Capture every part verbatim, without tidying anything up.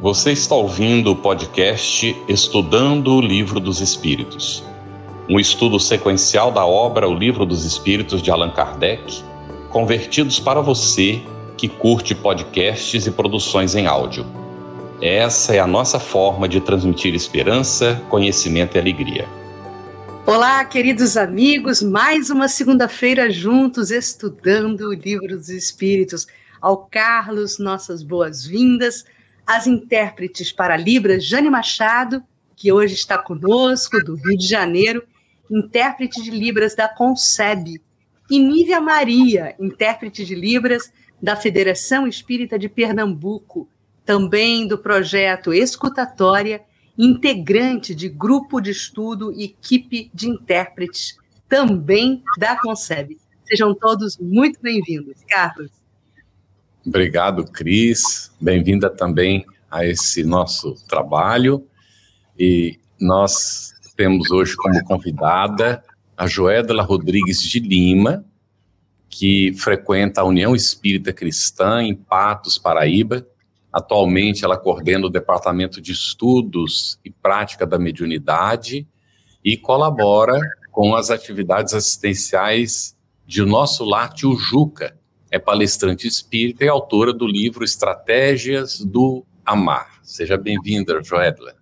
Você está ouvindo o podcast Estudando o Livro dos Espíritos, um estudo sequencial da obra O Livro dos Espíritos de Allan Kardec, convertidos para você que curte podcasts e produções em áudio. Essa é a nossa forma de transmitir esperança, conhecimento e alegria. Olá, queridos amigos, mais uma segunda-feira juntos estudando o Livro dos Espíritos. Ao Carlos, nossas boas-vindas. As intérpretes para Libras, Jane Machado, que hoje está conosco, do Rio de Janeiro, intérprete de Libras da Concebe, e Nívia Maria, intérprete de Libras da Federação Espírita de Pernambuco, também do projeto Escutatória, integrante de grupo de estudo e equipe de intérpretes, também da Concebe. Sejam todos muito bem-vindos. Carlos. Obrigado, Cris. Bem-vinda também a esse nosso trabalho. E nós temos hoje como convidada a Joedla Rodrigues de Lima, que frequenta a União Espírita Cristã em Patos, Paraíba. Atualmente ela coordena o Departamento de Estudos e Prática da Mediunidade e colabora com as atividades assistenciais de Nosso Lar Tijuca. É palestrante espírita e autora do livro Estratégias do Amar. Seja bem-vinda, Joedla.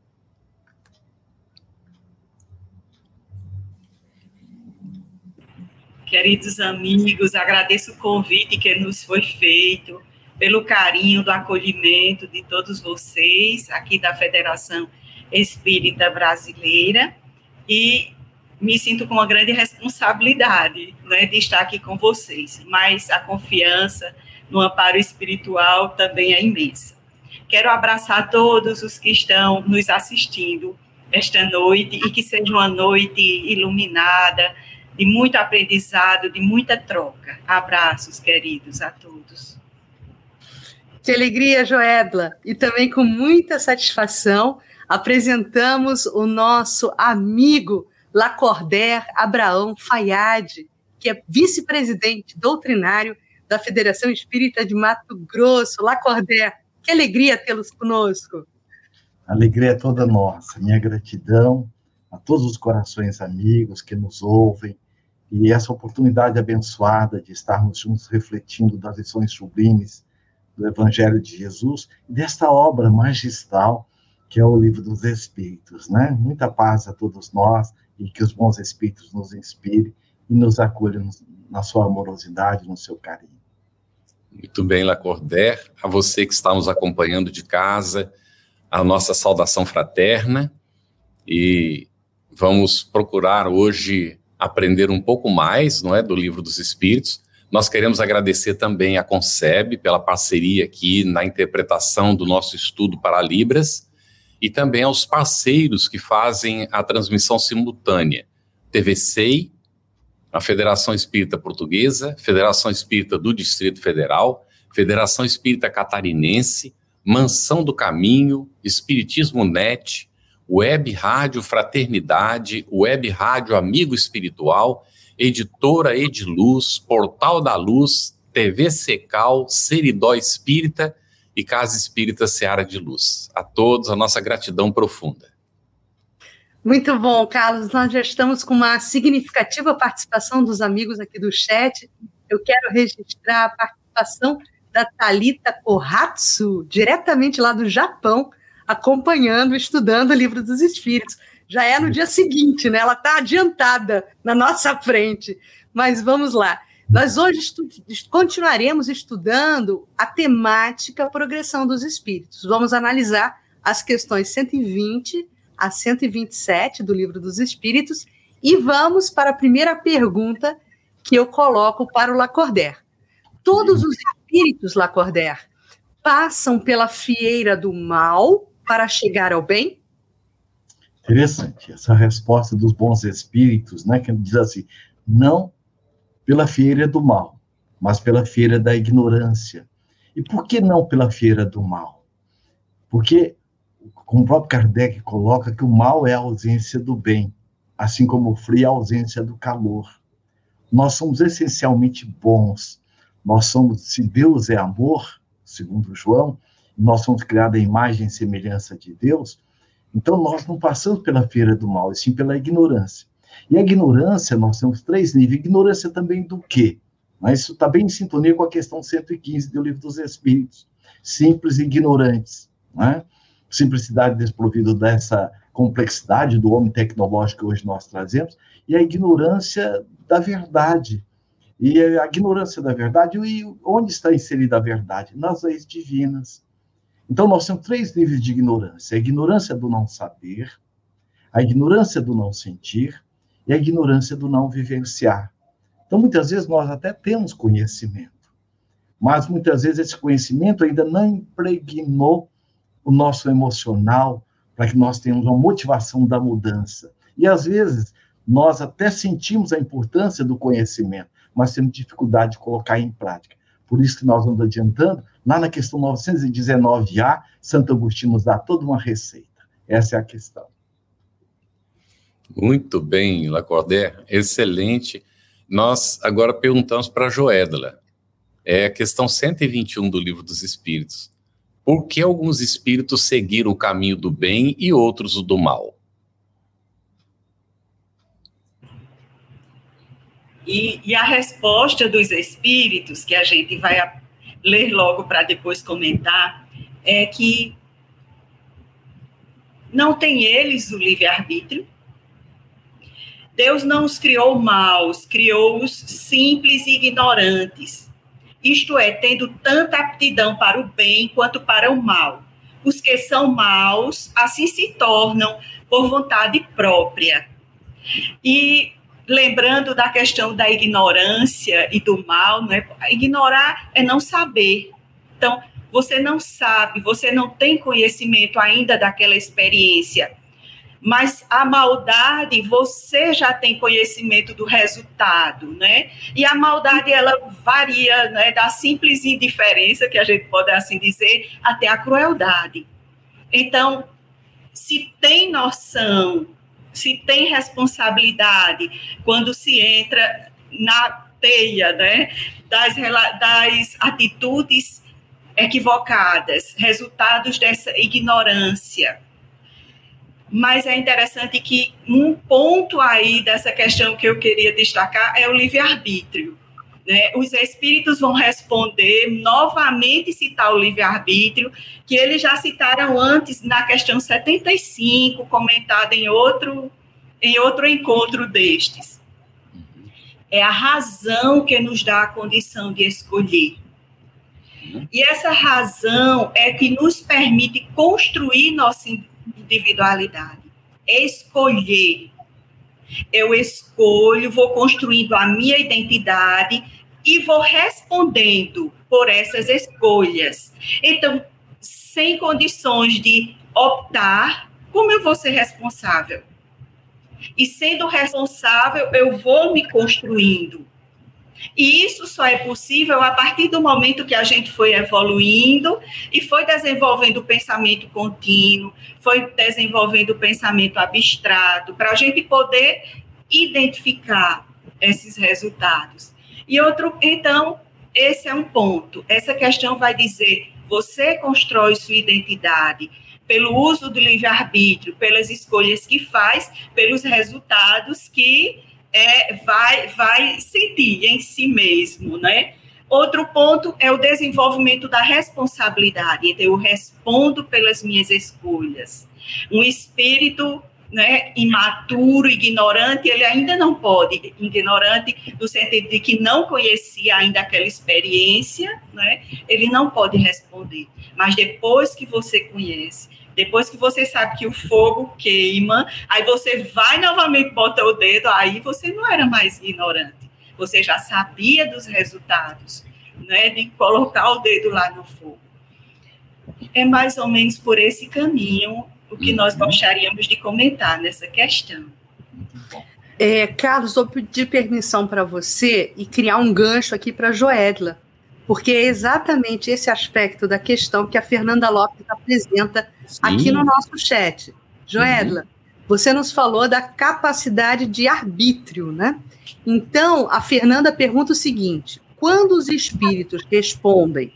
Queridos amigos, agradeço o convite que nos foi feito, pelo carinho do acolhimento de todos vocês, aqui da Federação Espírita Brasileira, e me sinto com uma grande responsabilidade, né, de estar aqui com vocês, mas a confiança no amparo espiritual também é imensa. Quero abraçar todos os que estão nos assistindo esta noite e que seja uma noite iluminada, de muito aprendizado, de muita troca. Abraços, queridos, a todos. Que alegria, Joedla! E também com muita satisfação apresentamos o nosso amigo Lacordaire Abraão Fayad, que é vice-presidente doutrinário da Federação Espírita de Mato Grosso. Lacordaire, que alegria tê-los conosco. A alegria é toda nossa. Minha gratidão a todos os corações amigos que nos ouvem e essa oportunidade abençoada de estarmos juntos refletindo das lições sublimes do Evangelho de Jesus e desta obra magistral que é o Livro dos Espíritos, né? Muita paz a todos nós e que os bons espíritos nos inspirem e nos acolham na sua amorosidade, no seu carinho. Muito bem, Lacordaire. A você que está nos acompanhando de casa, a nossa saudação fraterna, e vamos procurar hoje aprender um pouco mais, não é, do Livro dos Espíritos. Nós queremos agradecer também à Concebe pela parceria aqui na interpretação do nosso estudo para Libras, e também aos parceiros que fazem a transmissão simultânea, T V C E I, a Federação Espírita Portuguesa, Federação Espírita do Distrito Federal, Federação Espírita Catarinense, Mansão do Caminho, Espiritismo Net, Web Rádio Fraternidade, Web Rádio Amigo Espiritual, Editora Ediluz, Portal da Luz, T V Secal, Seridó Espírita e Casa Espírita Seara de Luz. A todos, a nossa gratidão profunda. Muito bom, Carlos. Nós já estamos com uma significativa participação dos amigos aqui do chat. Eu quero registrar a participação da Thalita Kohatsu, diretamente lá do Japão, acompanhando, estudando o Livro dos Espíritos. Já é no dia seguinte, né? Ela está adiantada na nossa frente. Mas vamos lá. Nós hoje estu- continuaremos estudando a temática Progressão dos Espíritos. Vamos analisar as questões cento e vinte a cento e vinte e sete do Livro dos Espíritos e vamos para a primeira pergunta que eu coloco para o Lacordaire. Todos os espíritos, Lacordaire, passam pela fieira do mal para chegar ao bem? Interessante, essa resposta dos bons espíritos, né, que diz assim, não pela fieira do mal, mas pela fieira da ignorância. E por que não pela fieira do mal? Porque, como o próprio Kardec coloca, que o mal é a ausência do bem, assim como o frio é a ausência do calor. Nós somos essencialmente bons. Nós somos, se Deus é amor, segundo João, nós somos criados à imagem e semelhança de Deus, então nós não passamos pela feira do mal, e sim pela ignorância. E a ignorância, nós temos três níveis. Ignorância também do quê? Mas isso está bem em sintonia com a questão cento e quinze do Livro dos Espíritos. Simples e ignorantes, né? Simplicidade desprovida dessa complexidade do homem tecnológico que hoje nós trazemos, e a ignorância da verdade. E a ignorância da verdade, e onde está inserida a verdade? Nas leis divinas. Então, nós temos três níveis de ignorância. A ignorância do não saber, a ignorância do não sentir e a ignorância do não vivenciar. Então, muitas vezes, nós até temos conhecimento, mas muitas vezes esse conhecimento ainda não impregnou o nosso emocional para que nós tenhamos uma motivação da mudança. E, às vezes, nós até sentimos a importância do conhecimento, mas temos dificuldade de colocar em prática. Por isso que nós vamos adiantando, lá na questão novecentos e dezenove A, Santo Agostinho nos dá toda uma receita. Essa é a questão. Muito bem, Lacordaire, excelente. Nós agora perguntamos para a Joedla, é a questão cento e vinte e um do Livro dos Espíritos. Por que alguns espíritos seguiram o caminho do bem e outros o do mal? E, e a resposta dos espíritos, que a gente vai a, ler logo para depois comentar, é que não tem eles o livre-arbítrio. Deus não os criou maus, criou-os simples e ignorantes. Isto é, tendo tanta aptidão para o bem quanto para o mal. Os que são maus, assim se tornam por vontade própria. E lembrando da questão da ignorância e do mal, né? Ignorar é não saber. Então, você não sabe, você não tem conhecimento ainda daquela experiência, mas a maldade, você já tem conhecimento do resultado, né? E a maldade, ela varia, né, da simples indiferença, que a gente pode assim dizer, até a crueldade. Então, se tem noção, se tem responsabilidade, quando se entra na teia, né, das, das atitudes equivocadas, resultados dessa ignorância. Mas é interessante que um ponto aí dessa questão que eu queria destacar é o livre-arbítrio. Né? Os espíritos vão responder, novamente citar o livre-arbítrio, que eles já citaram antes na questão setenta e cinco, comentada em outro, em outro encontro destes. É a razão que nos dá a condição de escolher. E essa razão é que nos permite construir nossa individualidade. Escolher. Eu escolho, vou construindo a minha identidade e vou respondendo por essas escolhas. Então, sem condições de optar, como eu vou ser responsável? E sendo responsável, eu vou me construindo. E isso só é possível a partir do momento que a gente foi evoluindo e foi desenvolvendo o pensamento contínuo, foi desenvolvendo o pensamento abstrato, para a gente poder identificar esses resultados. E outro, então, esse é um ponto. Essa questão vai dizer, você constrói sua identidade pelo uso do livre-arbítrio, pelas escolhas que faz, pelos resultados que É, vai, vai sentir em si mesmo, né? Outro ponto é o desenvolvimento da responsabilidade. Então, eu respondo pelas minhas escolhas. Um espírito, né, imaturo, ignorante, ele ainda não pode, ignorante no sentido de que não conhecia ainda aquela experiência, né, ele não pode responder. Mas depois que você conhece, depois que você sabe que o fogo queima, aí você vai novamente botar o dedo, aí você não era mais ignorante. Você já sabia dos resultados, né, de colocar o dedo lá no fogo. É mais ou menos por esse caminho o que nós gostaríamos de comentar nessa questão. É, Carlos, vou pedir permissão para você e criar um gancho aqui para a Joedla, porque é exatamente esse aspecto da questão que a Fernanda Lopes apresenta Sim. aqui no nosso chat. Joedla, uhum. você nos falou da capacidade de arbítrio, né? Então, a Fernanda pergunta o seguinte, quando os espíritos respondem,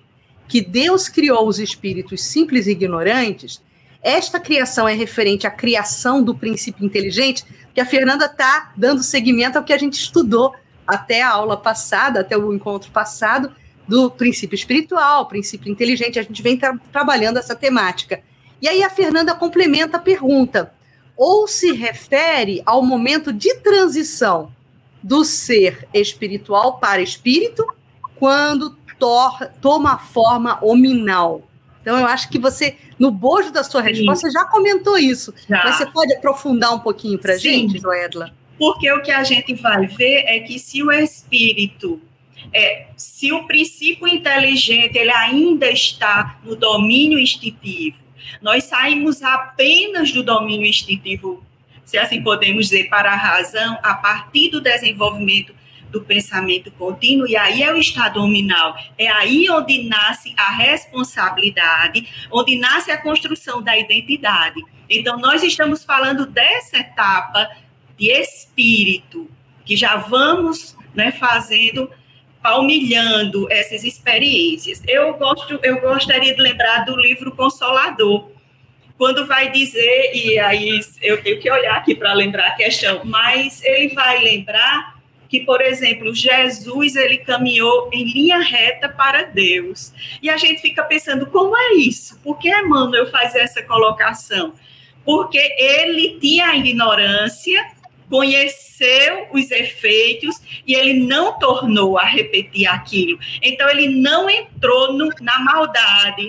que Deus criou os espíritos simples e ignorantes, esta criação é referente à criação do princípio inteligente, que a Fernanda está dando seguimento ao que a gente estudou até a aula passada, até o encontro passado, do princípio espiritual, princípio inteligente. A gente vem tra- trabalhando essa temática. E aí a Fernanda complementa a pergunta, ou se refere ao momento de transição do ser espiritual para espírito, quando tor- toma forma hominal. Então, eu acho que você, no bojo da sua resposta, você já comentou isso. Já. Mas você pode aprofundar um pouquinho para a gente, Joedla? Porque o que a gente vai ver é que se o espírito, é, se o princípio inteligente ele ainda está no domínio instintivo, nós saímos apenas do domínio instintivo, se assim podemos dizer, para a razão, a partir do desenvolvimento do pensamento contínuo, e aí é o estado hominal, é aí onde nasce a responsabilidade, onde nasce a construção da identidade. Então, nós estamos falando dessa etapa de espírito, que já vamos, né, fazendo, palmilhando essas experiências. Eu, gosto, eu gostaria de lembrar do livro Consolador, quando vai dizer, e aí eu tenho que olhar aqui para lembrar a questão, mas ele vai lembrar que, por exemplo, Jesus, ele caminhou em linha reta para Deus. E a gente fica pensando, como é isso? Por que Emmanuel faz essa colocação? Porque ele tinha a ignorância, conheceu os efeitos e ele não tornou a repetir aquilo. Então, ele não entrou no, na maldade.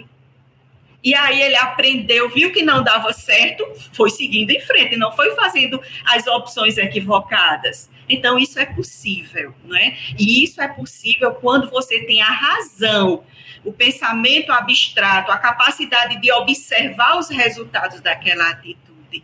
E aí ele aprendeu, viu que não dava certo, foi seguindo em frente, não foi fazendo as opções equivocadas. Então, isso é possível, não é? E isso é possível quando você tem a razão, o pensamento abstrato, a capacidade de observar os resultados daquela atitude.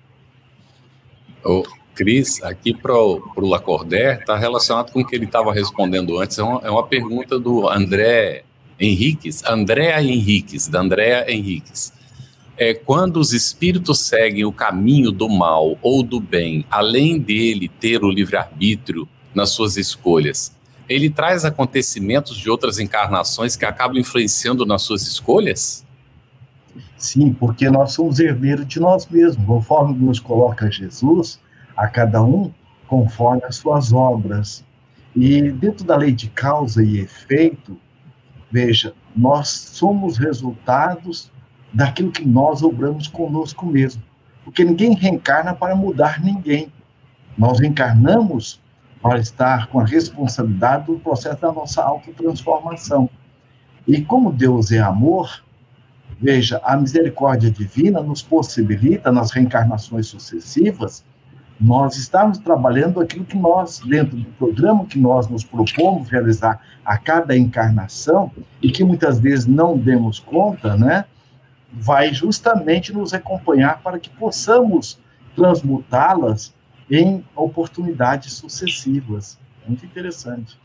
Ô, Cris, aqui para o Lacordaire, está relacionado com o que ele estava respondendo antes, é uma, é uma pergunta do André Henriques, Andréa Henriques, da Andréa Henriques. É, quando os espíritos seguem o caminho do mal ou do bem, além dele ter o livre-arbítrio nas suas escolhas, ele traz acontecimentos de outras encarnações que acabam influenciando nas suas escolhas? Sim, porque nós somos herdeiros de nós mesmos, conforme nos coloca Jesus, a cada um conforme as suas obras. E dentro da lei de causa e efeito, veja, nós somos resultados daquilo que nós obramos conosco mesmo. Porque ninguém reencarna para mudar ninguém. Nós reencarnamos para estar com a responsabilidade do processo da nossa autotransformação. E como Deus é amor, veja, a misericórdia divina nos possibilita, nas reencarnações sucessivas, nós estamos trabalhando aquilo que nós, dentro do programa que nós nos propomos realizar a cada encarnação, e que muitas vezes não demos conta, né, vai justamente nos acompanhar para que possamos transmutá-las em oportunidades sucessivas. Muito interessante.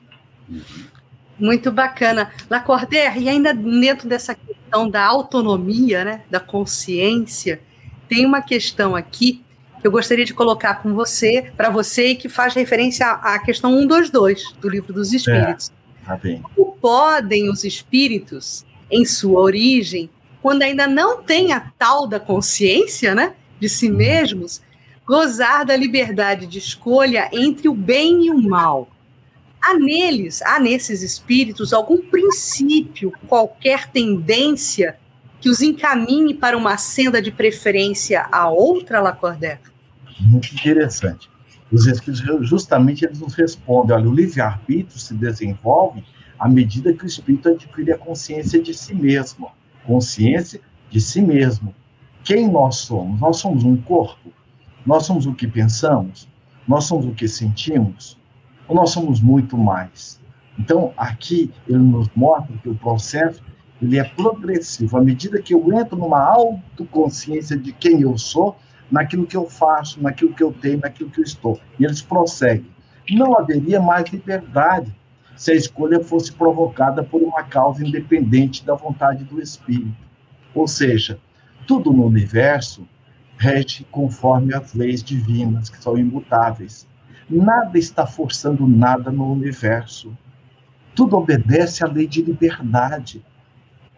Muito bacana. Lacordaire, e ainda dentro dessa questão da autonomia, né, da consciência, tem uma questão aqui que eu gostaria de colocar com você, para você, e que faz referência à, à questão cento e vinte e dois do Livro dos Espíritos. É, tá bem. Como podem os espíritos, em sua origem, quando ainda não têm a tal da consciência, né, de si mesmos, gozar da liberdade de escolha entre o bem e o mal? Há neles, há nesses espíritos, algum princípio, qualquer tendência que os encaminhe para uma senda de preferência a outra, Lacordaire? Muito interessante. Os espíritos, justamente, eles nos respondem, olha, o livre-arbítrio se desenvolve à medida que o espírito adquire a consciência de si mesmo. Consciência de si mesmo. Quem nós somos? Nós somos um corpo? Nós somos o que pensamos? Nós somos o que sentimos? Ou nós somos muito mais? Então, aqui, ele nos mostra que o processo ele é progressivo. À medida que eu entro numa autoconsciência de quem eu sou, naquilo que eu faço, naquilo que eu tenho, naquilo que eu estou. E eles prosseguem. Não haveria mais liberdade se a escolha fosse provocada por uma causa independente da vontade do espírito. Ou seja, tudo no universo rege conforme as leis divinas, que são imutáveis. Nada está forçando nada no universo. Tudo obedece à lei de liberdade.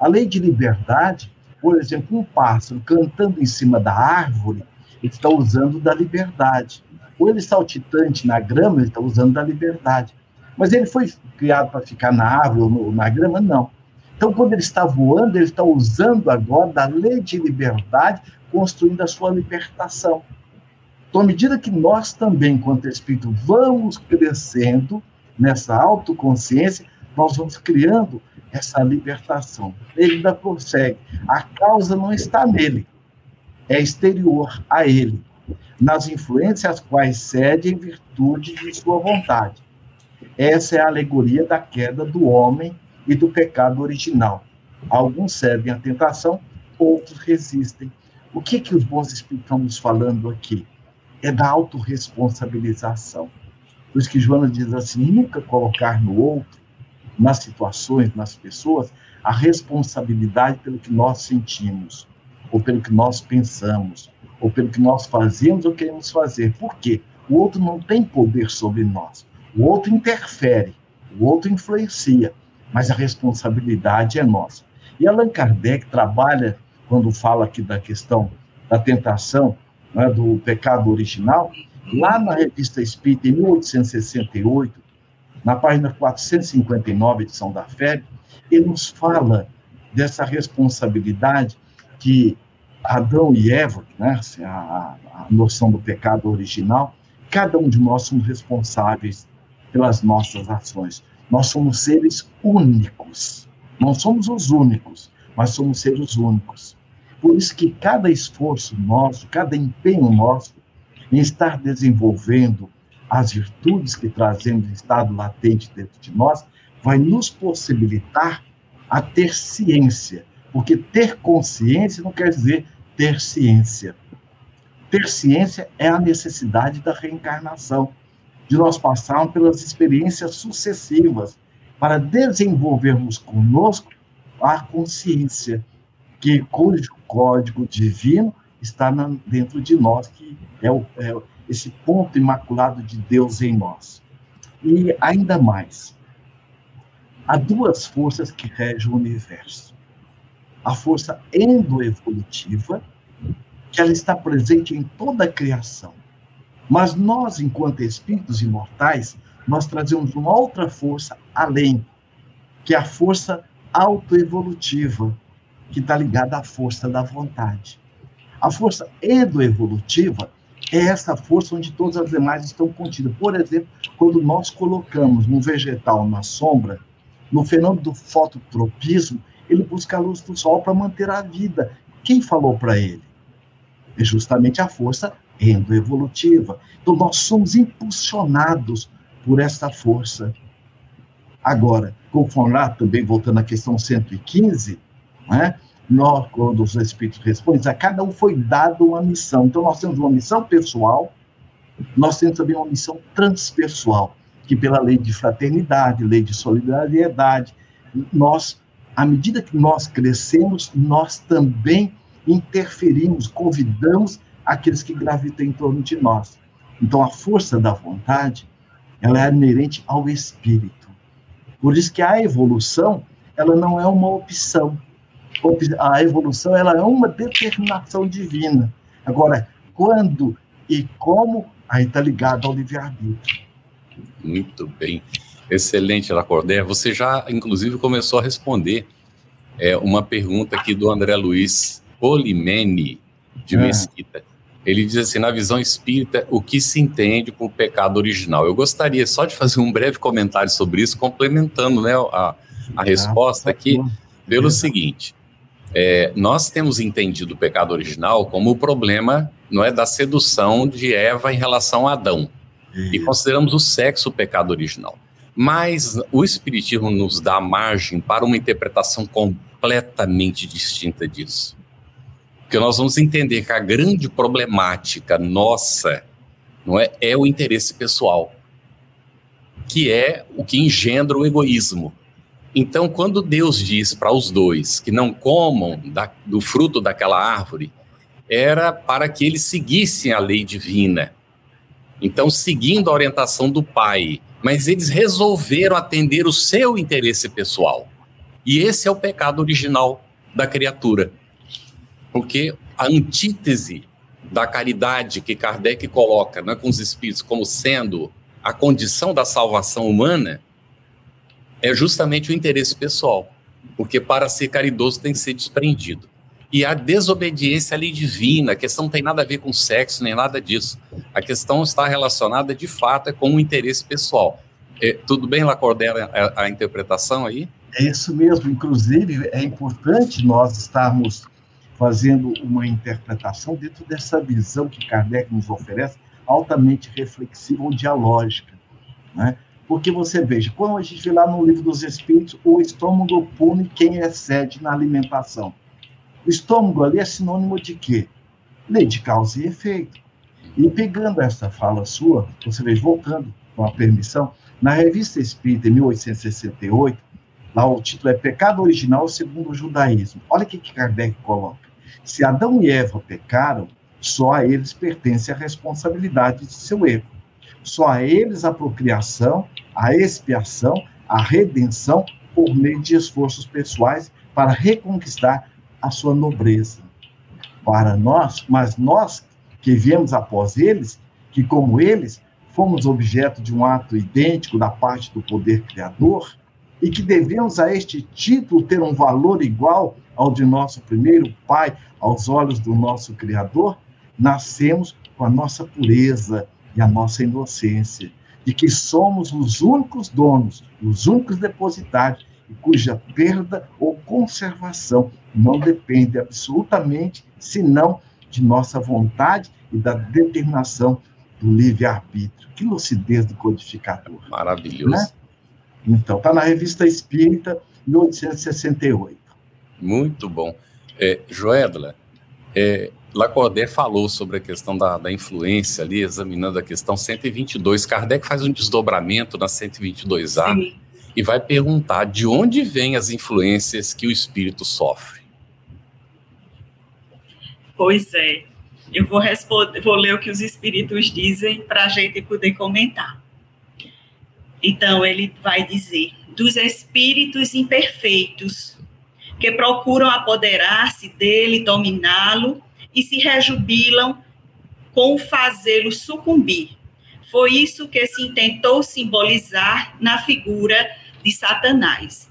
A lei de liberdade, por exemplo, um pássaro cantando em cima da árvore, ele está usando da liberdade. Ou ele saltitante na grama, ele está usando da liberdade. Mas ele foi criado para ficar na árvore ou no, na grama? Não. Então, quando ele está voando, ele está usando agora da lei de liberdade, construindo a sua libertação. Então, à medida que nós também, enquanto espírito, vamos crescendo nessa autoconsciência, nós vamos criando essa libertação. Ele ainda prossegue. A causa não está nele, é exterior a ele, nas influências às quais cede em virtude de sua vontade. Essa é a alegoria da queda do homem e do pecado original. Alguns cedem à tentação, outros resistem. O que, que os bons espíritos estão nos falando aqui? É da autorresponsabilização. Por isso que Joana diz assim, nunca colocar no outro, nas situações, nas pessoas, a responsabilidade pelo que nós sentimos, ou pelo que nós pensamos, ou pelo que nós fazemos ou queremos fazer. Por quê? O outro não tem poder sobre nós. O outro interfere, o outro influencia, mas a responsabilidade é nossa. E Allan Kardec trabalha, quando fala aqui da questão da tentação, né, do pecado original, lá na Revista Espírita, em mil oitocentos e sessenta e oito, na página quatrocentos e cinquenta e nove, edição da F E B, ele nos fala dessa responsabilidade que Adão e Eva, né, a, a noção do pecado original, cada um de nós somos responsáveis pelas nossas ações. Nós somos seres únicos. Não somos os únicos, mas somos seres únicos. Por isso que cada esforço nosso, cada empenho nosso em estar desenvolvendo as virtudes que trazemos em estado latente dentro de nós, vai nos possibilitar a ter ciência. Porque ter consciência não quer dizer ter ciência. Ter ciência é a necessidade da reencarnação, de nós passarmos pelas experiências sucessivas para desenvolvermos conosco a consciência, que, cujo código divino está na, dentro de nós, que é, o, é esse ponto imaculado de Deus em nós. E ainda mais, há duas forças que regem o universo. A força endoevolutiva, que ela está presente em toda a criação. Mas nós, enquanto espíritos imortais, nós trazemos uma outra força além, que é a força autoevolutiva, que está ligada à força da vontade. A força endoevolutiva é essa força onde todas as demais estão contidas. Por exemplo, quando nós colocamos um vegetal na sombra, no fenômeno do fototropismo, ele busca a luz do sol para manter a vida. Quem falou para ele? É justamente a força endoevolutiva. Então, nós somos impulsionados por essa força. Agora, conforme lá, também voltando à questão cento e quinze, né, nós, quando os espíritos respondem, a cada um foi dado uma missão. Então, nós temos uma missão pessoal, nós temos também uma missão transpessoal, que pela lei de fraternidade, lei de solidariedade, nós, à medida que nós crescemos, nós também interferimos, convidamos aqueles que gravitam em torno de nós. Então, a força da vontade, ela é inerente ao espírito. Por isso que a evolução, ela não é uma opção. A evolução, ela é uma determinação divina. Agora, quando e como, aí está ligado ao livre-arbítrio. Muito bem. Excelente, Lacordaire. Você já, inclusive, começou a responder é, uma pergunta aqui do André Luiz Polimene, de Mesquita. É. Ele diz assim, na visão espírita, o que se entende por pecado original? Eu gostaria só de fazer um breve comentário sobre isso, complementando, né, a, a resposta aqui, pelo seguinte, é, nós temos entendido o pecado original como o problema, não é, da sedução de Eva em relação a Adão, e consideramos o sexo o pecado original. Mas o Espiritismo nos dá margem para uma interpretação completamente distinta disso. Porque nós vamos entender que a grande problemática nossa, não é, é o interesse pessoal, que é o que engendra o egoísmo. Então, quando Deus diz para os dois que não comam da, do fruto daquela árvore, era para que eles seguissem a lei divina. Então, seguindo a orientação do Pai, mas eles resolveram atender o seu interesse pessoal. E esse é o pecado original da criatura. Porque a antítese da caridade que Kardec coloca, né, com os espíritos como sendo a condição da salvação humana é justamente o interesse pessoal. Porque para ser caridoso tem que ser desprendido. E a desobediência à lei divina, a questão não tem nada a ver com sexo, nem nada disso. A questão está relacionada, de fato, é com o interesse pessoal. É, tudo bem, Lacordaire, a, a interpretação aí? É isso mesmo. Inclusive, é importante nós estarmos fazendo uma interpretação dentro dessa visão que Kardec nos oferece, altamente reflexiva ou dialógica, né? Porque você veja, quando a gente vê lá no Livro dos Espíritos, o estômago pune quem excede na alimentação. O estômago ali é sinônimo de quê? Lei de causa e efeito. E pegando essa fala sua, você veja, voltando com a permissão, na Revista Espírita, em mil oitocentos e sessenta e oito, lá o título é Pecado Original segundo o Judaísmo. Olha o que Kardec coloca. Se Adão e Eva pecaram, só a eles pertence a responsabilidade de seu erro. Só a eles a procriação, a expiação, a redenção por meio de esforços pessoais para reconquistar a sua nobreza. Para nós, mas nós que viemos após eles, que como eles, fomos objeto de um ato idêntico da parte do poder criador, e que devemos a este título ter um valor igual ao de nosso primeiro pai, aos olhos do nosso Criador, nascemos com a nossa pureza e a nossa inocência, de que somos os únicos donos, os únicos depositários, e cuja perda ou conservação não depende absolutamente, senão de nossa vontade e da determinação do livre-arbítrio. Que lucidez do codificador. Maravilhoso. Né? Então, está na Revista Espírita, mil oitocentos e sessenta e oito. Muito bom. É, Joedla, é, Lacordaire falou sobre a questão da, da influência ali, examinando a questão cento e vinte e dois. Kardec faz um desdobramento na cento e vinte e dois A. Sim. E vai perguntar de onde vêm as influências que o espírito sofre. Pois é. Eu vou, responder, vou ler o que os espíritos dizem para a gente poder comentar. Então, ele vai dizer, dos espíritos imperfeitos, que procuram apoderar-se dele, dominá-lo, e se rejubilam com o fazê-lo sucumbir. Foi isso que se tentou simbolizar na figura de Satanás.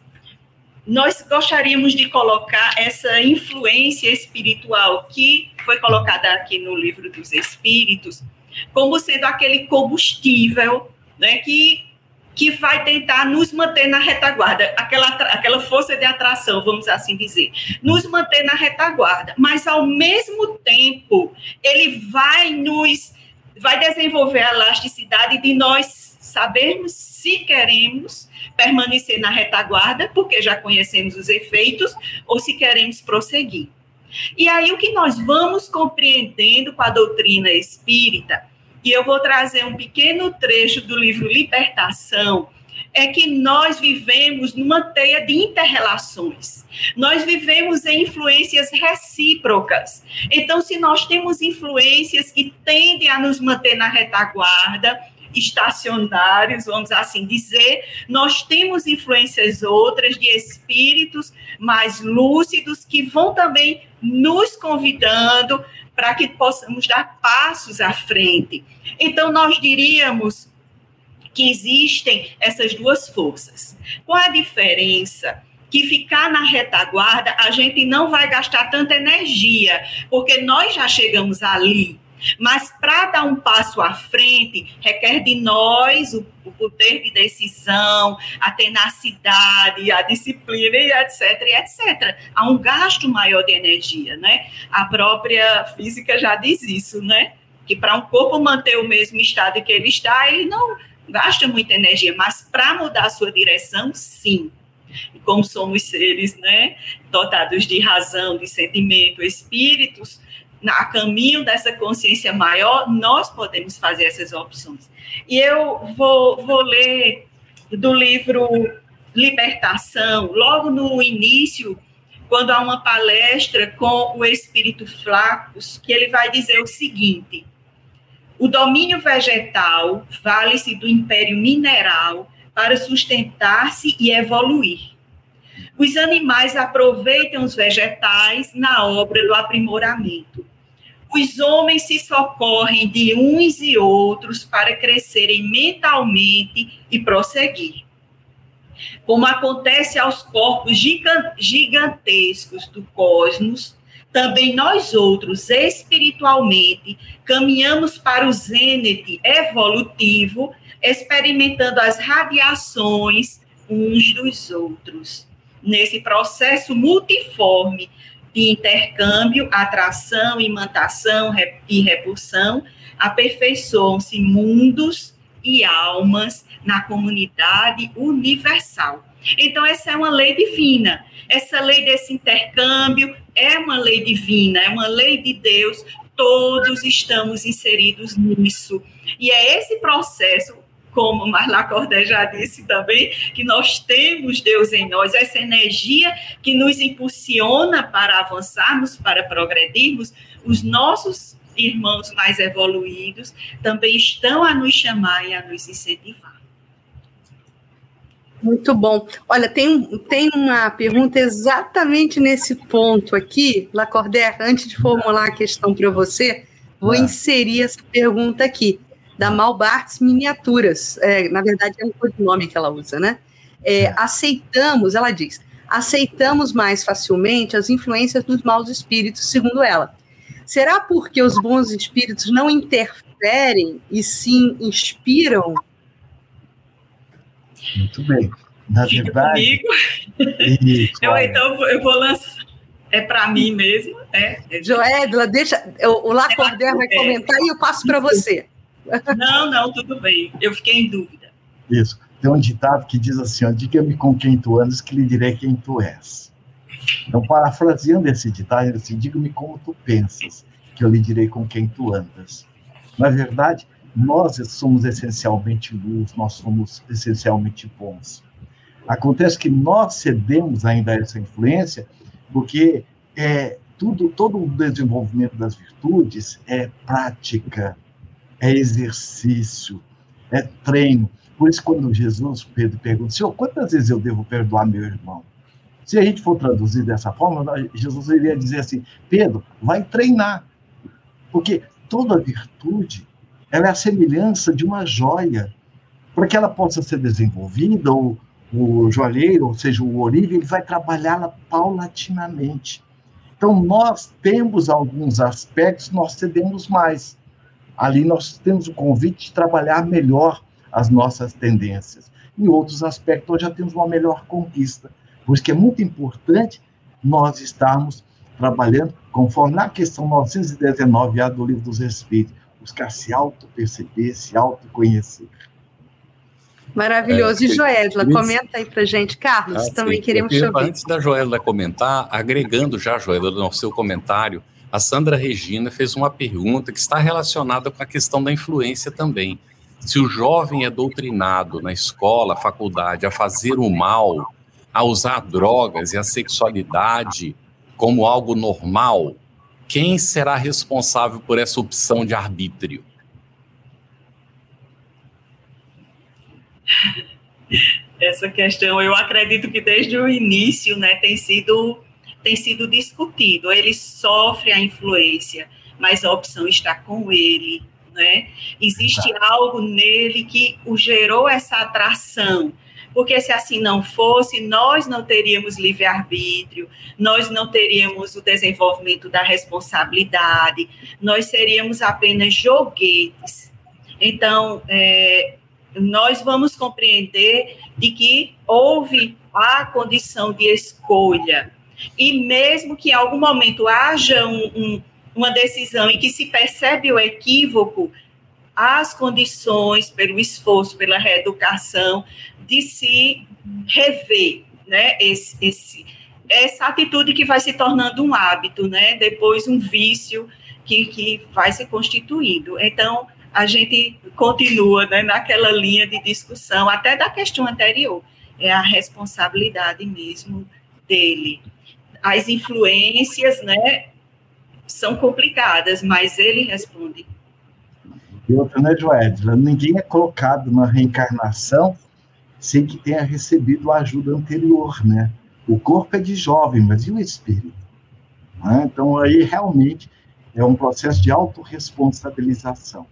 Nós gostaríamos de colocar essa influência espiritual que foi colocada aqui no Livro dos Espíritos como sendo aquele combustível, né, que, que vai tentar nos manter na retaguarda, aquela, aquela força de atração, vamos assim dizer, nos manter na retaguarda, mas ao mesmo tempo ele vai nos vai desenvolver a elasticidade de nós sabermos se queremos permanecer na retaguarda, porque já conhecemos os efeitos, ou se queremos prosseguir. E aí o que nós vamos compreendendo com a doutrina espírita, e eu vou trazer um pequeno trecho do livro Libertação, é que nós vivemos numa teia de inter-relações. Nós vivemos em influências recíprocas. Então, se nós temos influências que tendem a nos manter na retaguarda, estacionários, vamos assim dizer, nós temos influências outras de espíritos mais lúcidos que vão também nos convidando para que possamos dar passos à frente. Então, nós diríamos que existem essas duas forças. Qual a diferença? Que ficar na retaguarda, a gente não vai gastar tanta energia, porque nós já chegamos ali. Mas para dar um passo à frente, requer de nós o, o poder de decisão, a tenacidade, a disciplina, e etc, e etcétera. Há um gasto maior de energia, né? A própria física já diz isso, né? Que para um corpo manter o mesmo estado que ele está, ele não gasta muita energia, mas para mudar a sua direção, sim. E como somos seres, né, dotados de razão, de sentimento, espíritos, a caminho dessa consciência maior, nós podemos fazer essas opções. E eu vou, vou ler do livro Libertação, logo no início, quando há uma palestra com o espírito Flacos, que ele vai dizer o seguinte: o domínio vegetal vale-se do império mineral para sustentar-se e evoluir. Os animais aproveitam os vegetais na obra do aprimoramento. Os homens se socorrem de uns e outros para crescerem mentalmente e prosseguir. Como acontece aos corpos gigantescos do cosmos, também nós outros, espiritualmente, caminhamos para o zênite evolutivo, experimentando as radiações uns dos outros. Nesse processo multiforme de intercâmbio, atração, imantação e repulsão, aperfeiçoam-se mundos e almas na comunidade universal. Então, essa é uma lei divina. Essa lei desse intercâmbio é uma lei divina, é uma lei de Deus. Todos estamos inseridos nisso. E é esse processo, como Marla Cordé já disse também, que nós temos Deus em nós, essa energia que nos impulsiona para avançarmos, para progredirmos. Os nossos irmãos mais evoluídos também estão a nos chamar e a nos incentivar. Muito bom. Olha, tem, tem uma pergunta exatamente nesse ponto aqui, Lacordaire, antes de formular a questão para você, vou ah. inserir essa pergunta aqui, da Malbarts Miniaturas, é, na verdade é um codinome que ela usa, né? É, aceitamos, ela diz, aceitamos mais facilmente as influências dos maus espíritos, segundo ela. Será porque os bons espíritos não interferem e sim inspiram? Muito bem. Na Fica verdade... Isso, eu, então, eu vou lançar. É para mim mesmo. É, é Joedla, deixa... O, o Lacordaire vai comentar e eu passo para você. Não, não, tudo bem. Eu fiquei em dúvida. Isso. Tem um ditado que diz assim, ó, diga-me com quem tu andas, que lhe direi quem tu és. Então, parafraseando esse ditado, ele assim, diga-me como tu pensas, que eu lhe direi com quem tu andas. Na verdade, nós somos essencialmente luz, nós somos essencialmente bons. Acontece que nós cedemos ainda a essa influência, porque é, tudo, todo o desenvolvimento das virtudes é prática, é exercício, é treino. Por isso, quando Jesus, Pedro pergunta, Senhor, quantas vezes eu devo perdoar meu irmão? Se a gente for traduzir dessa forma, Jesus iria dizer assim, Pedro, vai treinar. Porque toda virtude, ela é a semelhança de uma joia. Para que ela possa ser desenvolvida, o, o joalheiro, ou seja, o ourive, ele vai trabalhá-la paulatinamente. Então, nós temos alguns aspectos, nós cedemos mais. Ali nós temos o convite de trabalhar melhor as nossas tendências. Em outros aspectos, nós já temos uma melhor conquista. Por isso que é muito importante nós estarmos trabalhando, conforme na questão novecentos e dezenove A do Livro dos Espíritos, buscar se auto-perceber, se autoconhecer. Maravilhoso. É, e Joedla, Cris... comenta aí pra gente. Carlos, ah, também sim. queremos Eu, saber. Antes da Joedla comentar, agregando já, Joedla, no seu comentário, a Sandra Regina fez uma pergunta que está relacionada com a questão da influência também. Se o jovem é doutrinado na escola, faculdade, a fazer o mal, a usar drogas e a sexualidade como algo normal, quem será responsável por essa opção de arbítrio? Essa questão, eu acredito que desde o início, né, tem sido, tem sido discutido. Ele sofre a influência, mas a opção está com ele, né? Existe algo nele que o gerou essa atração. Porque se assim não fosse, nós não teríamos livre-arbítrio, nós não teríamos o desenvolvimento da responsabilidade, nós seríamos apenas joguetes. Então, é, nós vamos compreender de que houve a condição de escolha. E mesmo que em algum momento haja um, um, uma decisão em que se percebe o equívoco, as condições, pelo esforço, pela reeducação, de se rever, né, esse, esse, essa atitude que vai se tornando um hábito, né, depois um vício que, que vai se constituindo. Então, a gente continua, né, naquela linha de discussão, até da questão anterior, é a responsabilidade mesmo dele. As influências, né, são complicadas, mas ele responde. E outra, né, Joedla? Ninguém é colocado na reencarnação sem que tenha recebido a ajuda anterior, né? O corpo é de jovem, mas e o espírito? Né? Então, aí realmente é um processo de autorresponsabilização.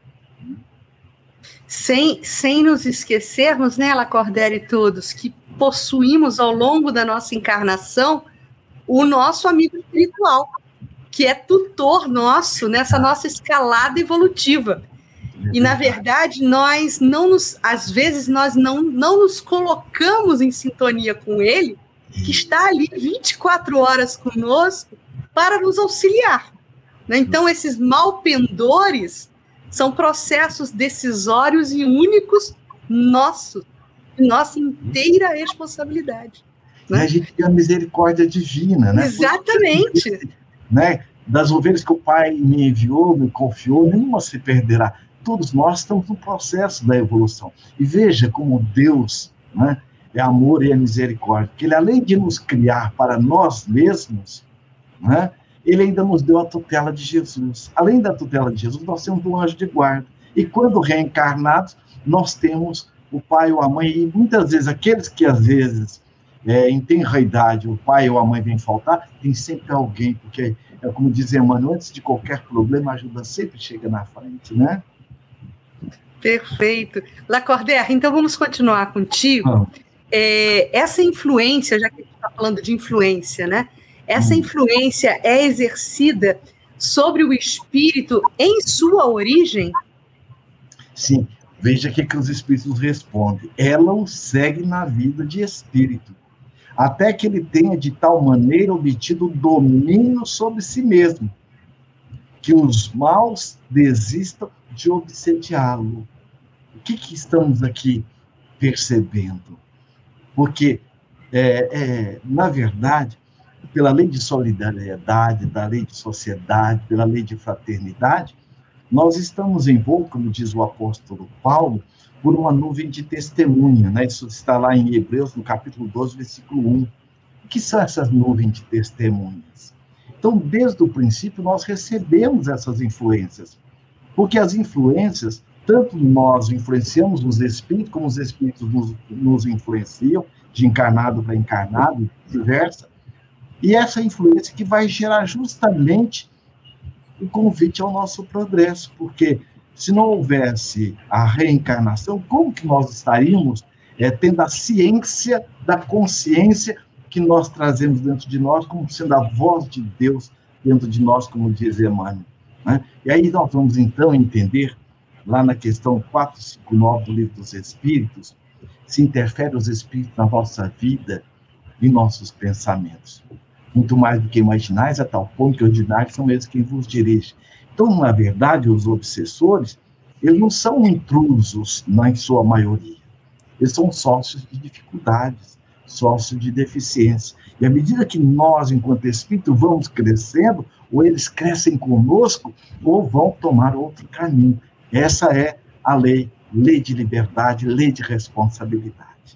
Sem, sem nos esquecermos, né, Lacordaire e todos, que possuímos ao longo da nossa encarnação o nosso amigo espiritual, que é tutor nosso nessa nossa escalada evolutiva. E, na verdade, nós não nos, às vezes, nós não, não nos colocamos em sintonia com ele, que está ali vinte e quatro horas conosco para nos auxiliar. Né? Então, esses malpendores são processos decisórios e únicos nossos, de nossa inteira responsabilidade. Né? E a gente tem a misericórdia divina, né? Exatamente. Porque, né? Das ovelhas que o Pai me enviou, me confiou, nenhuma se perderá. Todos nós estamos no processo da evolução. E veja como Deus, né, é amor e é misericórdia. Porque Ele, além de nos criar para nós mesmos, né, Ele ainda nos deu a tutela de Jesus. Além da tutela de Jesus, nós temos um anjo de guarda. E quando reencarnados, nós temos o pai ou a mãe. E muitas vezes, aqueles que às vezes, é, em tenra idade, o pai ou a mãe vem faltar, tem sempre alguém, porque, é como diz Emmanuel, antes de qualquer problema, a ajuda sempre chega na frente, né? Perfeito. Lacordaire, então vamos continuar contigo. Ah. É, essa influência, já que a gente está falando de influência, né? Essa hum. influência é exercida sobre o espírito em sua origem? Sim. Veja o que, que os espíritos respondem. Ela o segue na vida de espírito, até que ele tenha de tal maneira obtido domínio sobre si mesmo, que os maus desistam de obsediá-lo. O que, que estamos aqui percebendo? Porque, é, é, na verdade, pela lei de solidariedade, da lei de sociedade, pela lei de fraternidade, nós estamos envoltos, como diz o apóstolo Paulo, por uma nuvem de testemunha, né? Isso está lá em Hebreus, no capítulo doze, versículo um. O que são essas nuvens de testemunhas? Então, desde o princípio, nós recebemos essas influências, porque as influências, tanto nós influenciamos os espíritos, como os espíritos nos, nos influenciam, de encarnado para encarnado, e vice-versa, e essa influência que vai gerar justamente o convite ao nosso progresso, porque se não houvesse a reencarnação, como que nós estaríamos é, tendo a ciência da consciência que nós trazemos dentro de nós, como sendo a voz de Deus dentro de nós, como diz Emmanuel, né? E aí nós vamos, então, entender, lá na questão quatrocentos e cinquenta e nove do Livro dos Espíritos, se interfere os espíritos na nossa vida e nossos pensamentos. Muito mais do que imaginais, a tal ponto que ordinários são eles quem vos dirigem. Então, na verdade, os obsessores, eles não são intrusos, na sua maioria. Eles são sócios de dificuldades, sócios de deficiência. E à medida que nós, enquanto espírito, vamos crescendo, ou eles crescem conosco, ou vão tomar outro caminho. Essa é a lei, lei de liberdade, lei de responsabilidade.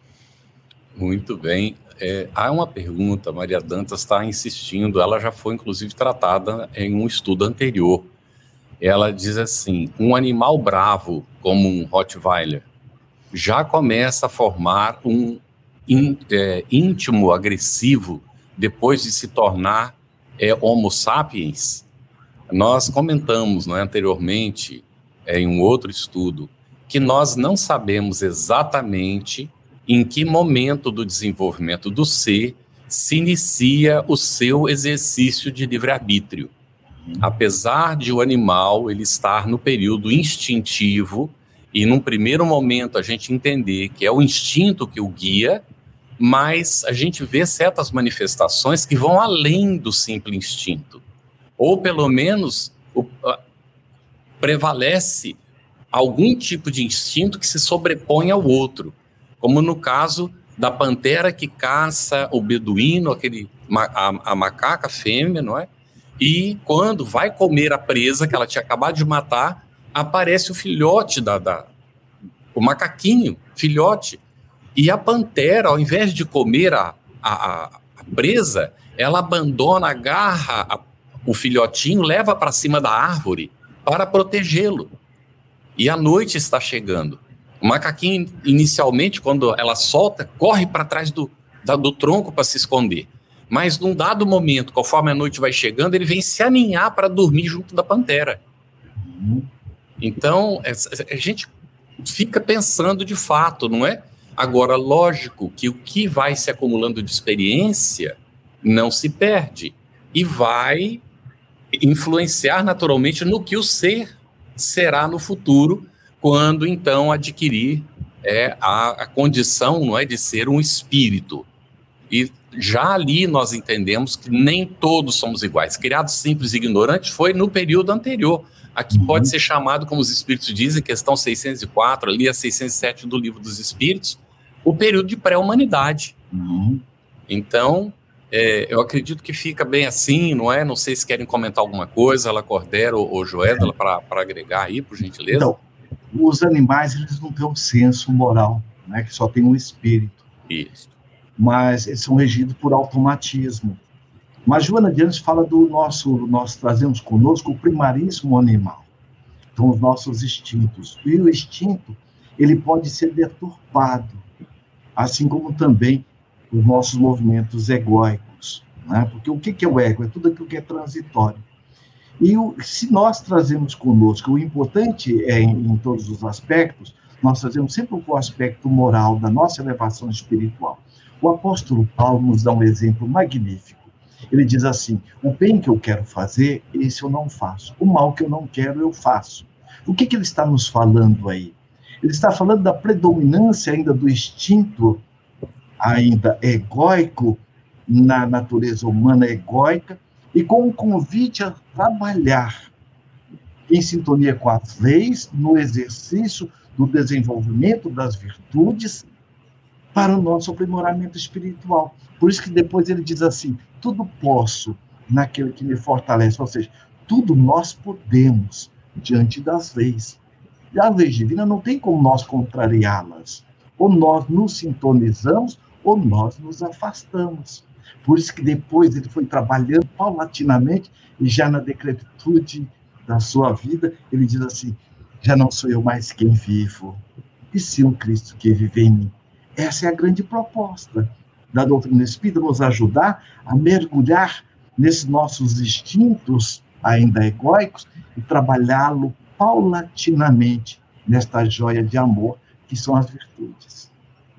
Muito bem. É, há uma pergunta, Maria Dantas está insistindo, ela já foi inclusive tratada em um estudo anterior. Ela diz assim, um animal bravo, como um Rottweiler, já começa a formar um in, é, íntimo agressivo depois de se tornar é, Homo sapiens? Nós comentamos, né, anteriormente, é, em um outro estudo, que nós não sabemos exatamente em que momento do desenvolvimento do ser se inicia o seu exercício de livre-arbítrio. Apesar de o animal ele estar no período instintivo, e num primeiro momento a gente entender que é o instinto que o guia, mas a gente vê certas manifestações que vão além do simples instinto. Ou pelo menos o, a, prevalece algum tipo de instinto que se sobrepõe ao outro. Como no caso da pantera que caça o beduíno, aquele, a, a macaca fêmea, não é? E quando vai comer a presa que ela tinha acabado de matar, aparece o filhote, da, da, o macaquinho, filhote. E a pantera, ao invés de comer a, a, a presa, ela abandona, agarra a, o filhotinho, leva para cima da árvore para protegê-lo. E a noite está chegando. O macaquinho, inicialmente, quando ela solta, corre para trás do, da, do tronco para se esconder. Mas num dado momento, conforme a noite vai chegando, ele vem se aninhar para dormir junto da pantera. Uhum. Então, a gente fica pensando de fato, não é? Agora, lógico que o que vai se acumulando de experiência não se perde e vai influenciar naturalmente no que o ser será no futuro, quando então adquirir é, a, a condição, não é, de ser um espírito. E já ali nós entendemos que nem todos somos iguais. Criados simples e ignorantes foi no período anterior. Aqui uhum. pode ser chamado, como os espíritos dizem, questão seiscentos e quatro, ali a seiscentos e sete do Livro dos Espíritos, o período de pré-humanidade. Uhum. Então, é, eu acredito que fica bem assim, não é? Não sei se querem comentar alguma coisa, Lacordaire ou, ou Joédala, para agregar aí, por gentileza. Então, os animais, eles não têm um senso moral, né? Que só tem um espírito. Isso. Mas eles são regidos por automatismo. Mas Joana de Ângeles fala do nosso, nós trazemos conosco o primaríssimo animal. Então, os nossos instintos. E o instinto, ele pode ser deturpado, assim como também os nossos movimentos egóicos, né? Porque o que é o ego? É tudo aquilo que é transitório. E o, se nós trazemos conosco, o importante é, em, em todos os aspectos, nós trazemos sempre o aspecto moral da nossa elevação espiritual. O apóstolo Paulo nos dá um exemplo magnífico. Ele diz assim: o bem que eu quero fazer, esse eu não faço. O mal que eu não quero, eu faço. O que, que ele está nos falando aí? Ele está falando da predominância ainda do instinto, ainda egóico, na natureza humana egóica, e com um convite a trabalhar em sintonia com as leis, no exercício do desenvolvimento das virtudes, para o nosso aprimoramento espiritual. Por isso que depois ele diz assim: tudo posso naquele que me fortalece, ou seja, tudo nós podemos diante das leis. E a lei divina não tem como nós contrariá-las. Ou nós nos sintonizamos, ou nós nos afastamos. Por isso que depois ele foi trabalhando paulatinamente, e já na decrepitude da sua vida, ele diz assim: já não sou eu mais quem vivo, e sim o Cristo que vive em mim. Essa é a grande proposta da doutrina espírita, nos ajudar a mergulhar nesses nossos instintos ainda egóicos e trabalhá-lo paulatinamente nesta joia de amor que são as virtudes.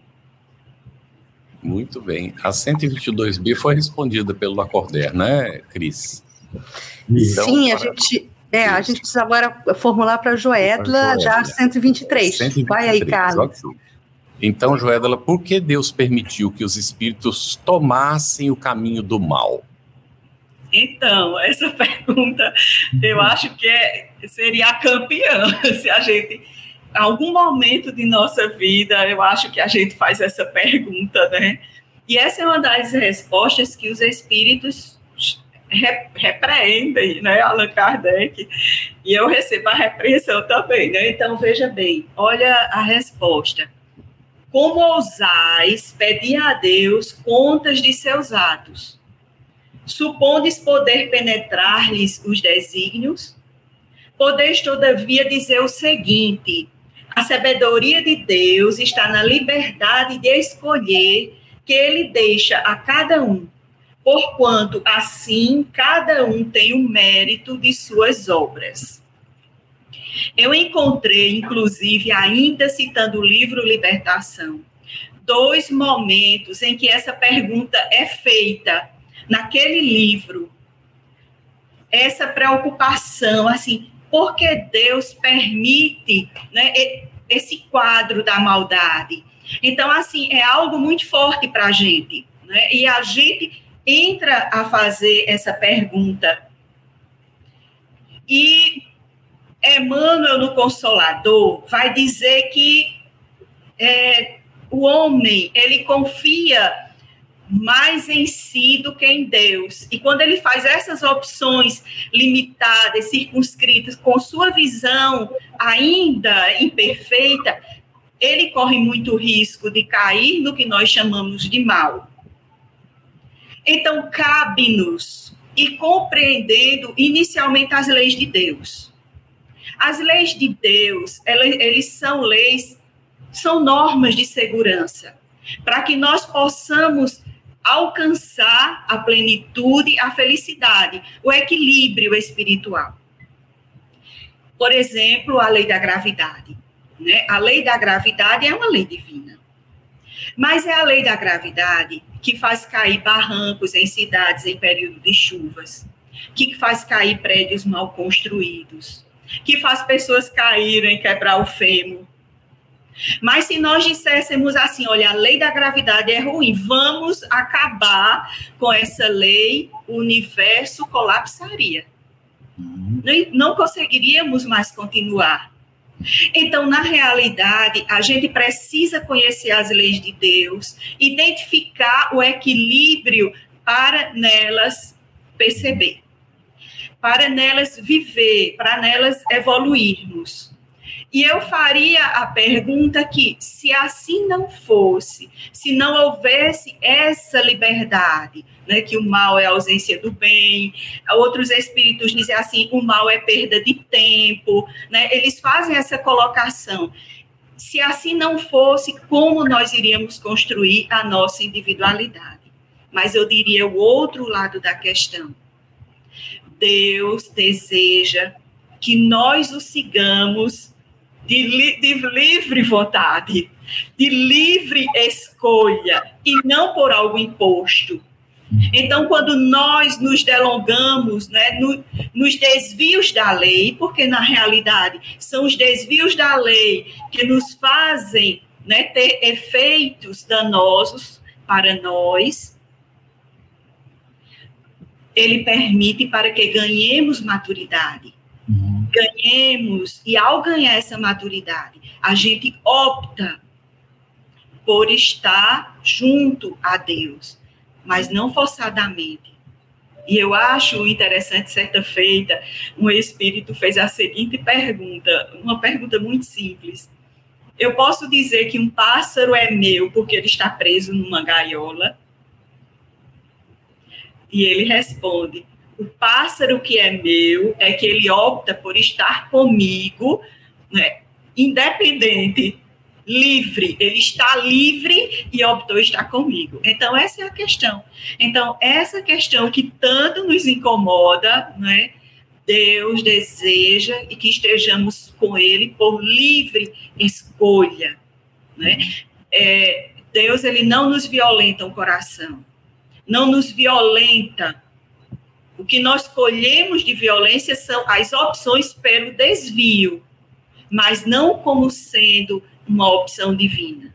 Muito bem. A cento e vinte e dois B foi respondida pelo Lacordaire, né, Cris? Então, Sim, para... a gente... É, a gente precisa agora formular para a Joédala já cento e vinte e três. cento e vinte e três. Vai aí, Carlos. Okay. Então, Joédala, por que Deus permitiu que os espíritos tomassem o caminho do mal? Então, essa pergunta eu acho que é, seria a campeã. Se a gente, em algum momento de nossa vida, eu acho que a gente faz essa pergunta, né? E essa é uma das respostas que os espíritos repreendem, né, Allan Kardec, e eu recebo a repreensão também, né? Então, veja bem, olha a resposta. Como ousais pedir a Deus contas de seus atos? Supondes poder penetrar-lhes os desígnios? Podeis, todavia, dizer o seguinte: a sabedoria de Deus está na liberdade de escolher que ele deixa a cada um, porquanto, assim, cada um tem o mérito de suas obras. Eu encontrei, inclusive, ainda citando o livro Libertação, dois momentos em que essa pergunta é feita naquele livro. Essa preocupação, assim, por que Deus permite, né, esse quadro da maldade? Então, assim, é algo muito forte para a gente, né? E a gente entra a fazer essa pergunta. E Emmanuel, no Consolador, vai dizer que é, o homem, ele confia mais em si do que em Deus. E quando ele faz essas opções limitadas, circunscritas, com sua visão ainda imperfeita, ele corre muito risco de cair no que nós chamamos de mal. Então, cabe-nos ir compreendendo inicialmente as leis de Deus. As leis de Deus, elas, eles são leis, são normas de segurança. para que nós possamos alcançar a plenitude, a felicidade, o equilíbrio espiritual. Por exemplo, a lei da gravidade, né? A lei da gravidade é uma lei divina, mas é a lei da gravidade que faz cair barrancos em cidades em período de chuvas, que faz cair prédios mal construídos, que faz pessoas caírem, quebrar o fêmur. Mas se nós disséssemos assim, olha, a lei da gravidade é ruim, vamos acabar com essa lei, o universo colapsaria. Não conseguiríamos mais continuar. Então, na realidade, a gente precisa conhecer as leis de Deus, identificar o equilíbrio para nelas perceber, para nelas viver, para nelas evoluirmos. E eu faria a pergunta que, se assim não fosse, se não houvesse essa liberdade, né, que o mal é a ausência do bem, outros espíritos dizem assim, o mal é perda de tempo, né, eles fazem essa colocação. Se assim não fosse, como nós iríamos construir a nossa individualidade? Mas eu diria o outro lado da questão. Deus deseja que nós o sigamos De, li, de livre vontade, de livre escolha, e não por algo imposto. Então, quando nós nos delongamos, né, no, nos desvios da lei, porque na realidade são os desvios da lei que nos fazem, né, ter efeitos danosos para nós, ele permite para que ganhemos maturidade. Ganhemos, e ao ganhar essa maturidade, a gente opta por estar junto a Deus, mas não forçadamente. E eu acho interessante, certa feita, um espírito fez a seguinte pergunta, uma pergunta muito simples. Eu posso dizer que um pássaro é meu porque ele está preso numa gaiola? E ele responde, o pássaro que é meu é que ele opta por estar comigo, né, independente, livre. Ele está livre e optou estar comigo. Então, essa é a questão. Então, essa questão que tanto nos incomoda, né, Deus deseja e que estejamos com Ele por livre escolha. Né? É, Deus, ele não nos violenta o coração, não nos violenta. O que nós colhemos de violência são as opções pelo desvio, mas não como sendo uma opção divina.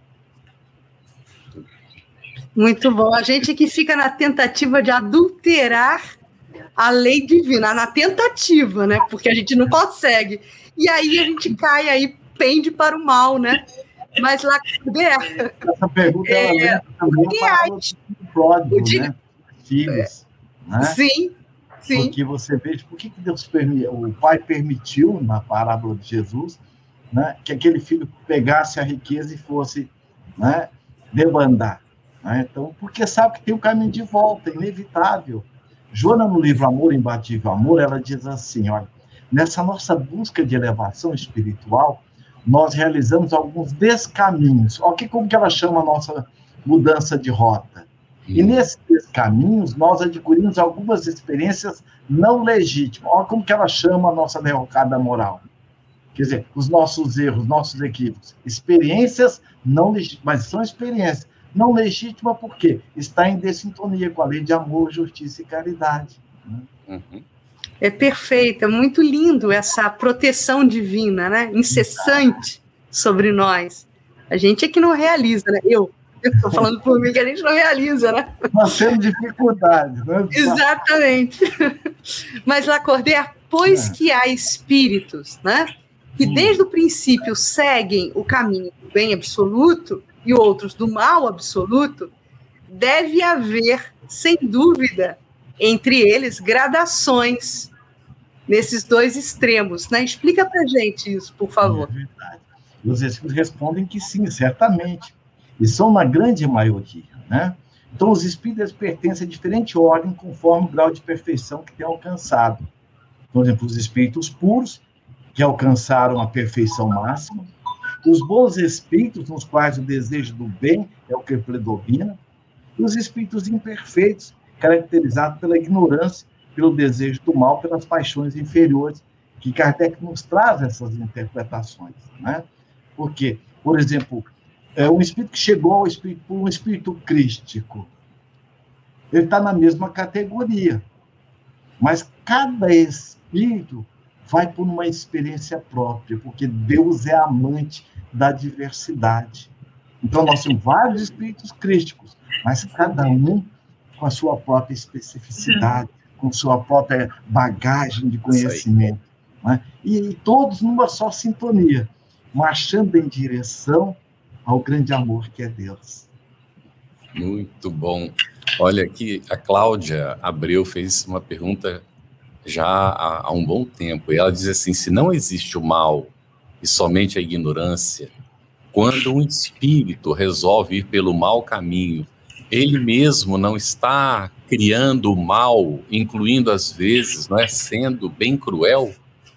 Muito bom. A gente que fica na tentativa de adulterar a lei divina, na tentativa, né? Porque a gente não consegue. E aí a gente cai, aí pende para o mal, né? Mas lá, essa pergunta é, ela também para o pródigo, né? Filhos, né? Sim. Sim. Porque você vê, por que Deus permitiu, o pai permitiu, na parábola de Jesus, né, que aquele filho pegasse a riqueza e fosse, né, debandar. Né? Então, porque sabe que tem um caminho de volta, inevitável. Joana, no livro Amor, Imbatível Amor, ela diz assim, olha, nessa nossa busca de elevação espiritual, nós realizamos alguns descaminhos. Olha que, como que ela chama a nossa mudança de rota. E nesses caminhos, nós adquirimos algumas experiências não legítimas. Olha como que ela chama a nossa derrocada moral. Quer dizer, os nossos erros, nossos equívocos. Experiências não legítimas, mas são experiências. Não legítimas por quê? Está em dessintonia com a lei de amor, justiça e caridade. Uhum. É perfeito, é muito lindo essa proteção divina, né? Incessante sobre nós. A gente é que não realiza, né? Eu. Estou falando por mim que a gente não realiza, né? Nós temos dificuldade, né? Exatamente. Mas, Lacordaire, pois é. que há espíritos, né, que desde o princípio seguem o caminho do bem absoluto e outros do mal absoluto, deve haver, sem dúvida, entre eles, gradações nesses dois extremos, né? Explica para a gente isso, por favor. É verdade. E os espíritos respondem que sim, certamente. E são na grande maioria, né? Então, os espíritos pertencem a diferente ordem conforme o grau de perfeição que têm alcançado. Por exemplo, os espíritos puros, que alcançaram a perfeição máxima, os bons espíritos, nos quais o desejo do bem é o que predomina, e os espíritos imperfeitos, caracterizados pela ignorância, pelo desejo do mal, pelas paixões inferiores, que Kardec nos traz essas interpretações, né? Porque, por exemplo, é um espírito que chegou ao espírito, um espírito crístico, ele está na mesma categoria, mas cada espírito vai por uma experiência própria, porque Deus é amante da diversidade. Então, nós temos vários espíritos crísticos, mas cada um com a sua própria especificidade, com sua própria bagagem de conhecimento, né? E, e todos numa só sintonia, marchando em direção ao grande amor que é Deus. Muito bom. Olha aqui, a Cláudia Abreu fez uma pergunta já há, há um bom tempo, e ela diz assim: se não existe o mal e somente a ignorância, quando um espírito resolve ir pelo mau caminho, ele mesmo não está criando o mal, incluindo às vezes, não é, sendo bem cruel?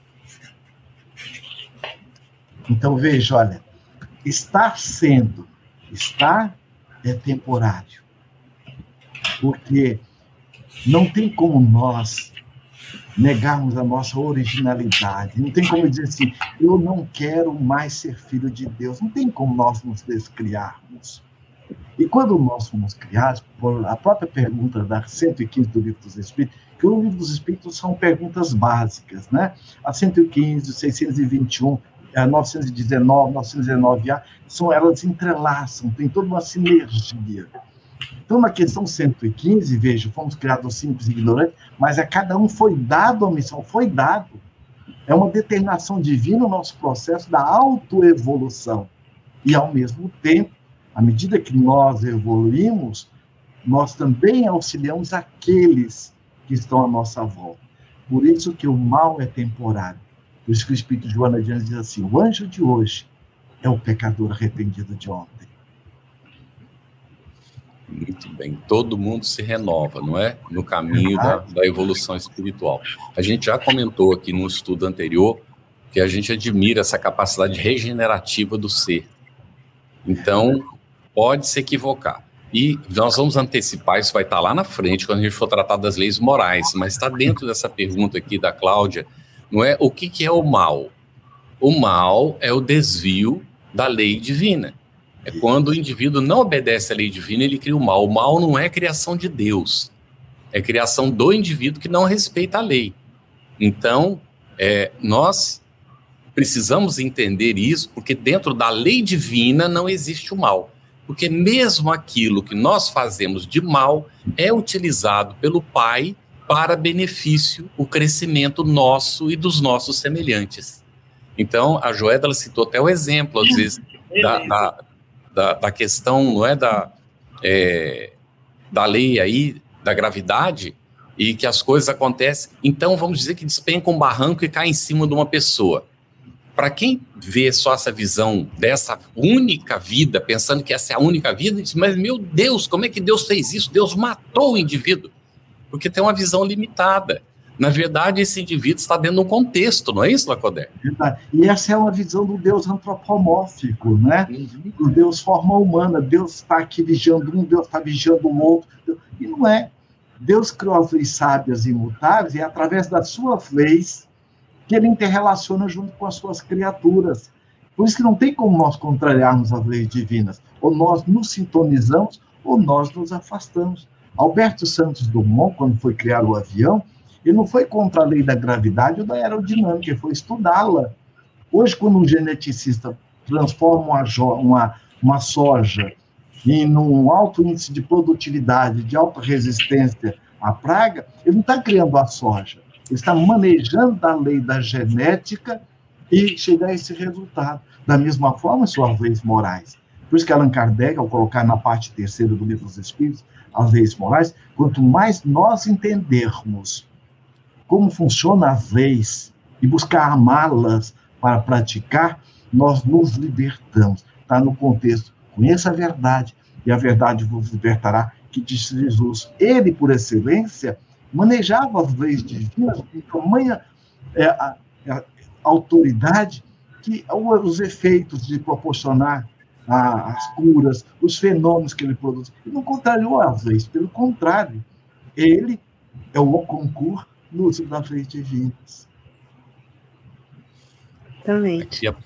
Então, veja, olha, estar sendo, estar é temporário, porque não tem como nós negarmos a nossa originalidade, não tem como dizer assim, eu não quero mais ser filho de Deus, não tem como nós nos descriarmos. E quando nós fomos criados, por a própria pergunta da cento e quinze do Livro dos Espíritos, que o Livro dos Espíritos são perguntas básicas, né? A cento e quinze, seiscentos e vinte e um, a novecentos e dezenove, novecentos e dezenove A, são, elas entrelaçam, tem toda uma sinergia. Então, na questão cento e quinze, veja, fomos criados simples e ignorantes, mas a cada um foi dado a missão, foi dado. É uma determinação divina o nosso processo da autoevolução. E, ao mesmo tempo, à medida que nós evoluímos, nós também auxiliamos aqueles que estão à nossa volta. Por isso que o mal é temporário. Por isso que o Espírito Joana de Anjos diz assim, o anjo de hoje é o pecador arrependido de ontem. Muito bem. Todo mundo se renova, não é? No caminho da, da evolução espiritual. A gente já comentou aqui no estudo anterior que a gente admira essa capacidade regenerativa do ser. Então, pode se equivocar. E nós vamos antecipar, isso vai estar lá na frente, quando a gente for tratar das leis morais, mas está dentro dessa pergunta aqui da Cláudia, não é? O que, que é o mal? O mal é o desvio da lei divina. É quando o indivíduo não obedece à lei divina, ele cria o mal. O mal não é criação de Deus, é criação do indivíduo que não respeita a lei. Então, é, nós precisamos entender isso, porque dentro da lei divina não existe o mal. Porque mesmo aquilo que nós fazemos de mal é utilizado pelo Pai para benefício, o crescimento nosso e dos nossos semelhantes. Então, a Joeda, ela citou até o exemplo, às vezes, da, da, da, da questão, não é, da, é, da lei aí, da gravidade, e que as coisas acontecem. Então, vamos dizer que despenca um barranco e cai em cima de uma pessoa. Para quem vê só essa visão dessa única vida, pensando que essa é a única vida, diz, mas, meu Deus, como é que Deus fez isso? Deus matou o indivíduo. Porque tem uma visão limitada. Na verdade, esse indivíduo está dentro de um contexto, não é isso, Lacoder? E essa é uma visão do Deus antropomórfico, né? Uhum. Do Deus forma humana. Deus está aqui vigiando um, Deus está vigiando o outro. E não é. Deus criou as leis sábias e imutáveis e é através das suas leis que ele interrelaciona junto com as suas criaturas. Por isso que não tem como nós contrariarmos as leis divinas. Ou nós nos sintonizamos, ou nós nos afastamos. Alberto Santos Dumont, quando foi criar o avião, ele não foi contra a lei da gravidade ou da aerodinâmica, ele foi estudá-la. Hoje, quando um geneticista transforma uma, uma, uma soja em um alto índice de produtividade, de alta resistência à praga, ele não está criando a soja, ele está manejando a lei da genética e chegar a esse resultado. Da mesma forma, suas leis morais. Por isso que Allan Kardec, ao colocar na parte terceira do Livro dos Espíritos, as leis morais, quanto mais nós entendermos como funcionam as leis e buscar amá-las para praticar, nós nos libertamos. Está no contexto, conheça a verdade, e a verdade vos libertará, que disse Jesus. Ele, por excelência, manejava as leis divinas com tamanha é, a, a autoridade que os efeitos de proporcionar a, as curas, os fenômenos que ele produz, ele não contrariou as leis, pelo contrário, ele é o concurso no uso das leis divinas. Exatamente. A...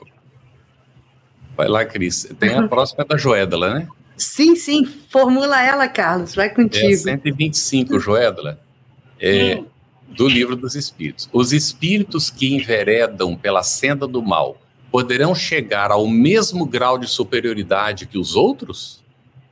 Vai lá, Cris. Tem a próxima da Joédala, né? Sim, sim. Formula ela, Carlos. Vai contigo. É a cento e vinte e cinco, Joédala, é, do Livro dos Espíritos. Os espíritos que enveredam pela senda do mal poderão chegar ao mesmo grau de superioridade que os outros?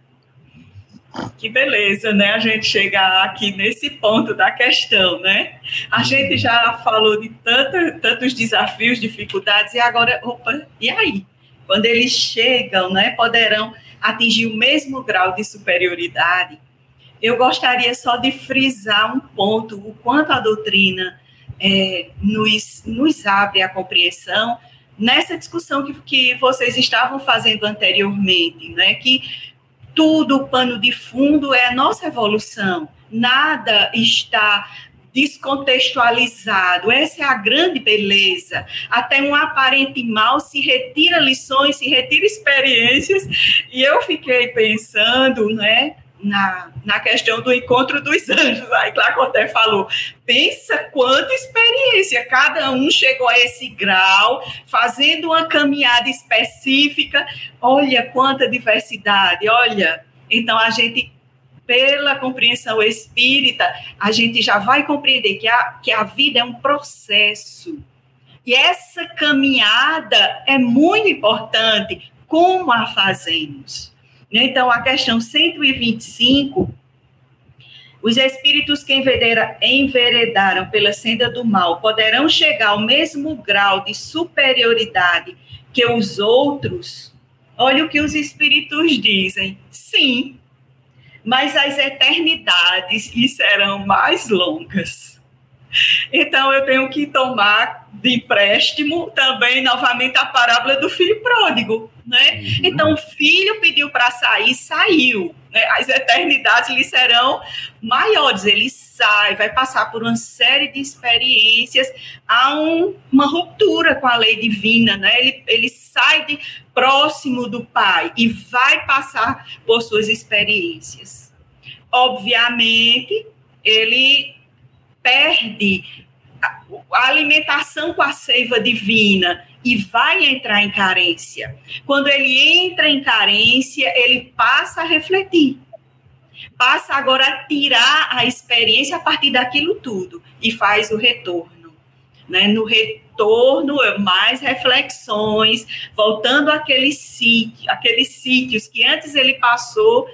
Que beleza, né? A gente chegar aqui nesse ponto da questão, né? A gente já falou de tanta, tantos desafios, dificuldades, e agora, opa, e aí? Quando eles chegam, né, poderão atingir o mesmo grau de superioridade. Eu gostaria só de frisar um ponto, o quanto a doutrina é, nos, nos abre a compreensão nessa discussão que, que vocês estavam fazendo anteriormente, né, que tudo, o pano de fundo é a nossa evolução, nada está descontextualizado, essa é a grande beleza. Até um aparente mal se retira lições, se retira experiências, e eu fiquei pensando, né, na, na questão do encontro dos anjos, aí Lacordaire falou, pensa quanta experiência, cada um chegou a esse grau, fazendo uma caminhada específica, olha quanta diversidade, olha, então a gente, pela compreensão espírita, a gente já vai compreender que a, que a vida é um processo. E essa caminhada é muito importante. Como a fazemos? Então, a questão cento e vinte e cinco, os espíritos que enveredaram pela senda do mal poderão chegar ao mesmo grau de superioridade que os outros? Olha o que os espíritos dizem. Sim. Mas as eternidades lhe serão mais longas. Então, eu tenho que tomar de empréstimo também, novamente, a parábola do filho pródigo, né? Uhum. Então, o filho pediu para sair, saiu. Né? As eternidades lhe serão maiores. Ele sai, vai passar por uma série de experiências, há um, uma ruptura com a lei divina, né? Ele, ele sai de, próximo do Pai e vai passar por suas experiências. Obviamente, ele perde a, a alimentação com a seiva divina e vai entrar em carência. Quando ele entra em carência, ele passa a refletir. Passa agora a tirar a experiência a partir daquilo tudo e faz o retorno. Né? No retorno, mais reflexões, voltando àqueles sítios, aqueles sítios que antes ele passou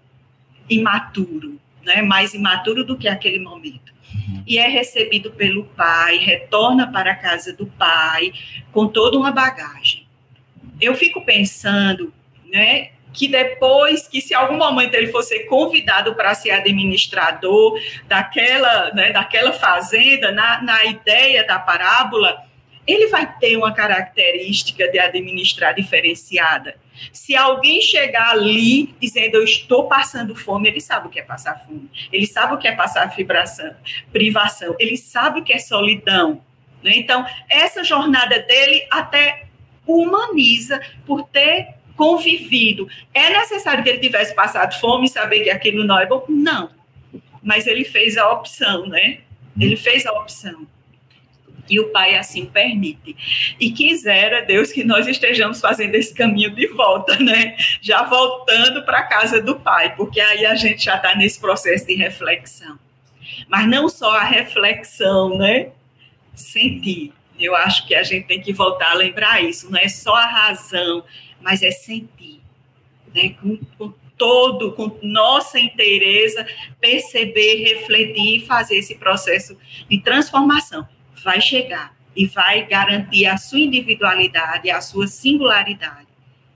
imaturo, né? Mais imaturo do que aquele momento. Uhum. E é recebido pelo pai, retorna para a casa do pai, com toda uma bagagem. Eu fico pensando, né, que depois, que se algum momento ele fosse convidado para ser administrador daquela, né, daquela fazenda, na, na ideia da parábola, ele vai ter uma característica de administrar diferenciada. Se alguém chegar ali dizendo, eu estou passando fome, ele sabe o que é passar fome, ele sabe o que é passar fibração, privação, ele sabe o que é solidão. Né? Então, essa jornada dele até humaniza por ter convivido. É necessário que ele tivesse passado fome e saber que aquilo não é bom? Não. Mas ele fez a opção, né? Ele fez a opção. E o Pai assim permite. E quisera Deus que nós estejamos fazendo esse caminho de volta, né? Já voltando para a casa do Pai, porque aí a gente já está nesse processo de reflexão. Mas não só a reflexão, né? Sentir. Eu acho que a gente tem que voltar a lembrar isso. Não é só a razão, mas é sentir. Né? Com, com todo, com nossa inteireza, perceber, refletir e fazer esse processo de transformação. Vai chegar e vai garantir a sua individualidade, a sua singularidade.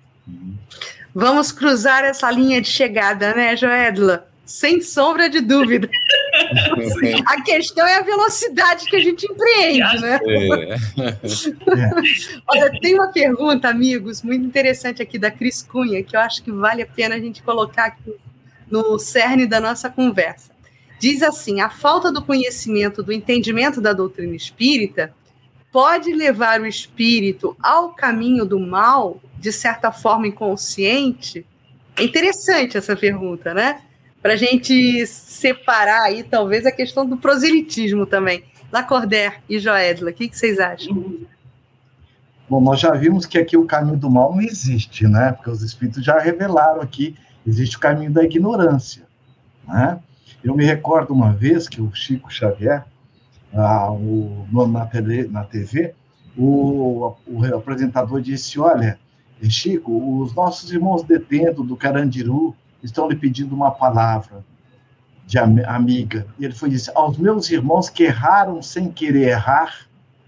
Vamos cruzar essa linha de chegada, né, Joédala? Sem sombra de dúvida. A questão é a velocidade que a gente empreende, né? É. Olha, tem uma pergunta, amigos, muito interessante aqui da Cris Cunha, que eu acho que vale a pena a gente colocar aqui no cerne da nossa conversa. Diz assim, a falta do conhecimento, do entendimento da doutrina espírita pode levar o espírito ao caminho do mal, de certa forma inconsciente? É interessante essa pergunta, né? Para a gente separar aí, talvez, a questão do proselitismo também. Lacordaire e Joedla, o que, que vocês acham? Bom, nós já vimos que aqui o caminho do mal não existe, né? Porque os espíritos já revelaram aqui, existe o caminho da ignorância, né? Eu me recordo uma vez que o Chico Xavier, ah, o, na, tele, na T V, o, o apresentador disse, olha, Chico, os nossos irmãos detentos do Carandiru estão lhe pedindo uma palavra de am amiga. E ele foi dizer, aos meus irmãos que erraram sem querer errar,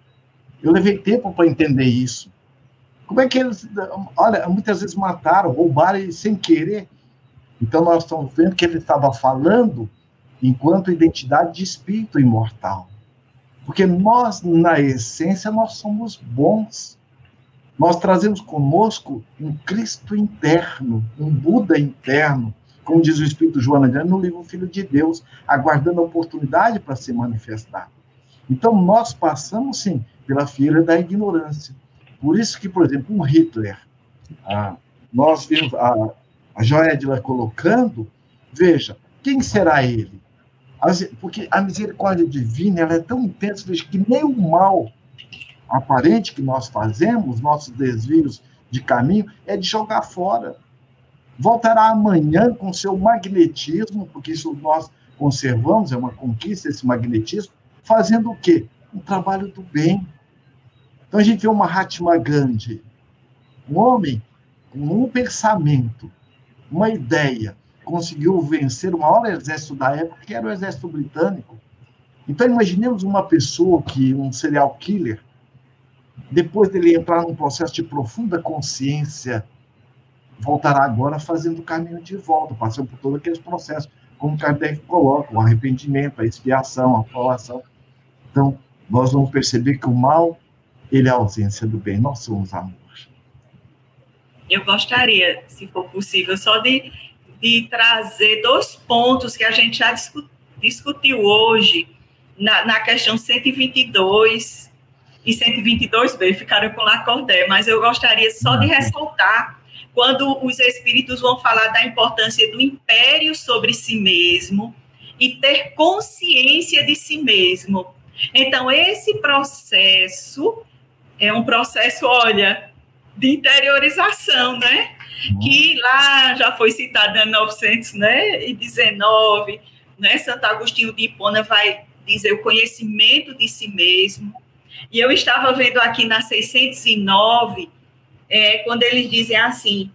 eu levei tempo para entender isso. Como é que eles, olha, muitas vezes mataram, roubaram sem querer. Então nós estamos vendo que ele estava falando enquanto identidade de espírito imortal. Porque nós, na essência, nós somos bons. Nós trazemos conosco um Cristo interno, um Buda interno, como diz o Espírito Joana de Ângeles no livro Filho de Deus, aguardando a oportunidade para se manifestar. Então, nós passamos, sim, pela fieira da ignorância. Por isso que, por exemplo, um Hitler, ah, nós vimos a, a Joedla colocando, veja, quem será ele? As, porque a misericórdia divina ela é tão intensa, veja, que nem o mal aparente que nós fazemos, nossos desvios de caminho, é de jogar fora. Voltará amanhã com seu magnetismo, porque isso nós conservamos, é uma conquista esse magnetismo, fazendo o quê? Um trabalho do bem. Então a gente vê uma Mahatma Gandhi, um homem com um pensamento, uma ideia, conseguiu vencer o maior exército da época, que era o exército britânico. Então imaginemos uma pessoa que, um serial killer, depois dele entrar num processo de profunda consciência, voltará agora fazendo o caminho de volta, passando por todos aqueles processos, como Kardec coloca, o arrependimento, a expiação, a aprovação. Então, nós vamos perceber que o mal, ele é a ausência do bem, nós somos amor. Eu gostaria, se for possível, só de, de trazer dois pontos que a gente já discu- discutiu hoje, na, na questão cento e vinte e dois e cento e vinte e dois B, ficaram com Lacordaire, mas eu gostaria só de ressaltar quando os espíritos vão falar da importância do império sobre si mesmo e ter consciência de si mesmo. Então, esse processo é um processo, olha, de interiorização, né? Uhum. Que lá já foi citado em novecentos e dezenove, né? Santo Agostinho de Hipona vai dizer o conhecimento de si mesmo. E eu estava vendo aqui na seiscentos e nove, é, quando eles dizem assim,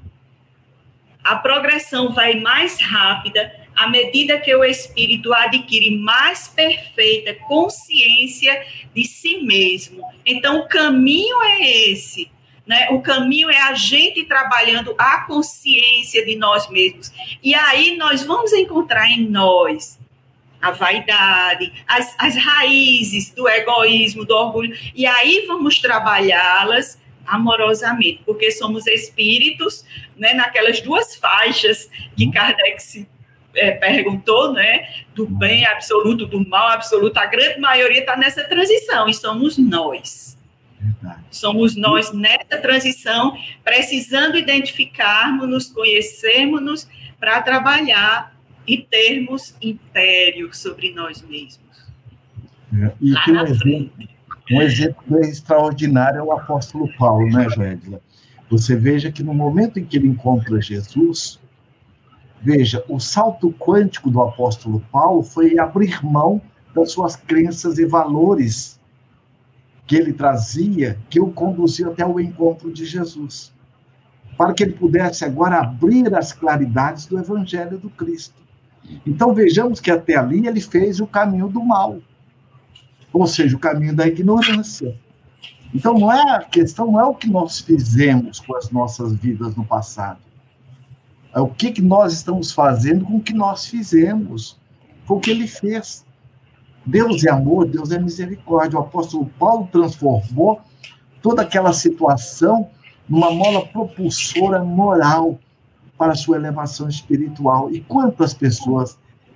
a progressão vai mais rápida à medida que o espírito adquire mais perfeita consciência de si mesmo. Então, o caminho é esse, né? O caminho é a gente trabalhando a consciência de nós mesmos. E aí nós vamos encontrar em nós a vaidade, as, as raízes do egoísmo, do orgulho, e aí vamos trabalhá-las amorosamente, porque somos espíritos, né, naquelas duas faixas que Kardec se é, perguntou, né, do bem absoluto, do mal absoluto, a grande maioria está nessa transição, e somos nós. Verdade. Somos nós nessa transição, precisando identificarmos, nos conhecermos, para trabalhar e termos império sobre nós mesmos. É, e lá na um frente. Exemplo, um exemplo extraordinário é o apóstolo Paulo, né, Joedla? Você veja que no momento em que ele encontra Jesus, veja, o salto quântico do apóstolo Paulo foi abrir mão das suas crenças e valores que ele trazia, que o conduziam até o encontro de Jesus, para que ele pudesse agora abrir as claridades do Evangelho do Cristo. Então, vejamos que até ali ele fez o caminho do mal, ou seja, o caminho da ignorância. Então, não é, a questão não é o que nós fizemos com as nossas vidas no passado, é o que, que nós estamos fazendo com o que nós fizemos, com o que ele fez. Deus é amor, Deus é misericórdia. O apóstolo Paulo transformou toda aquela situação numa mola propulsora moral para a sua elevação espiritual. E quantas pessoas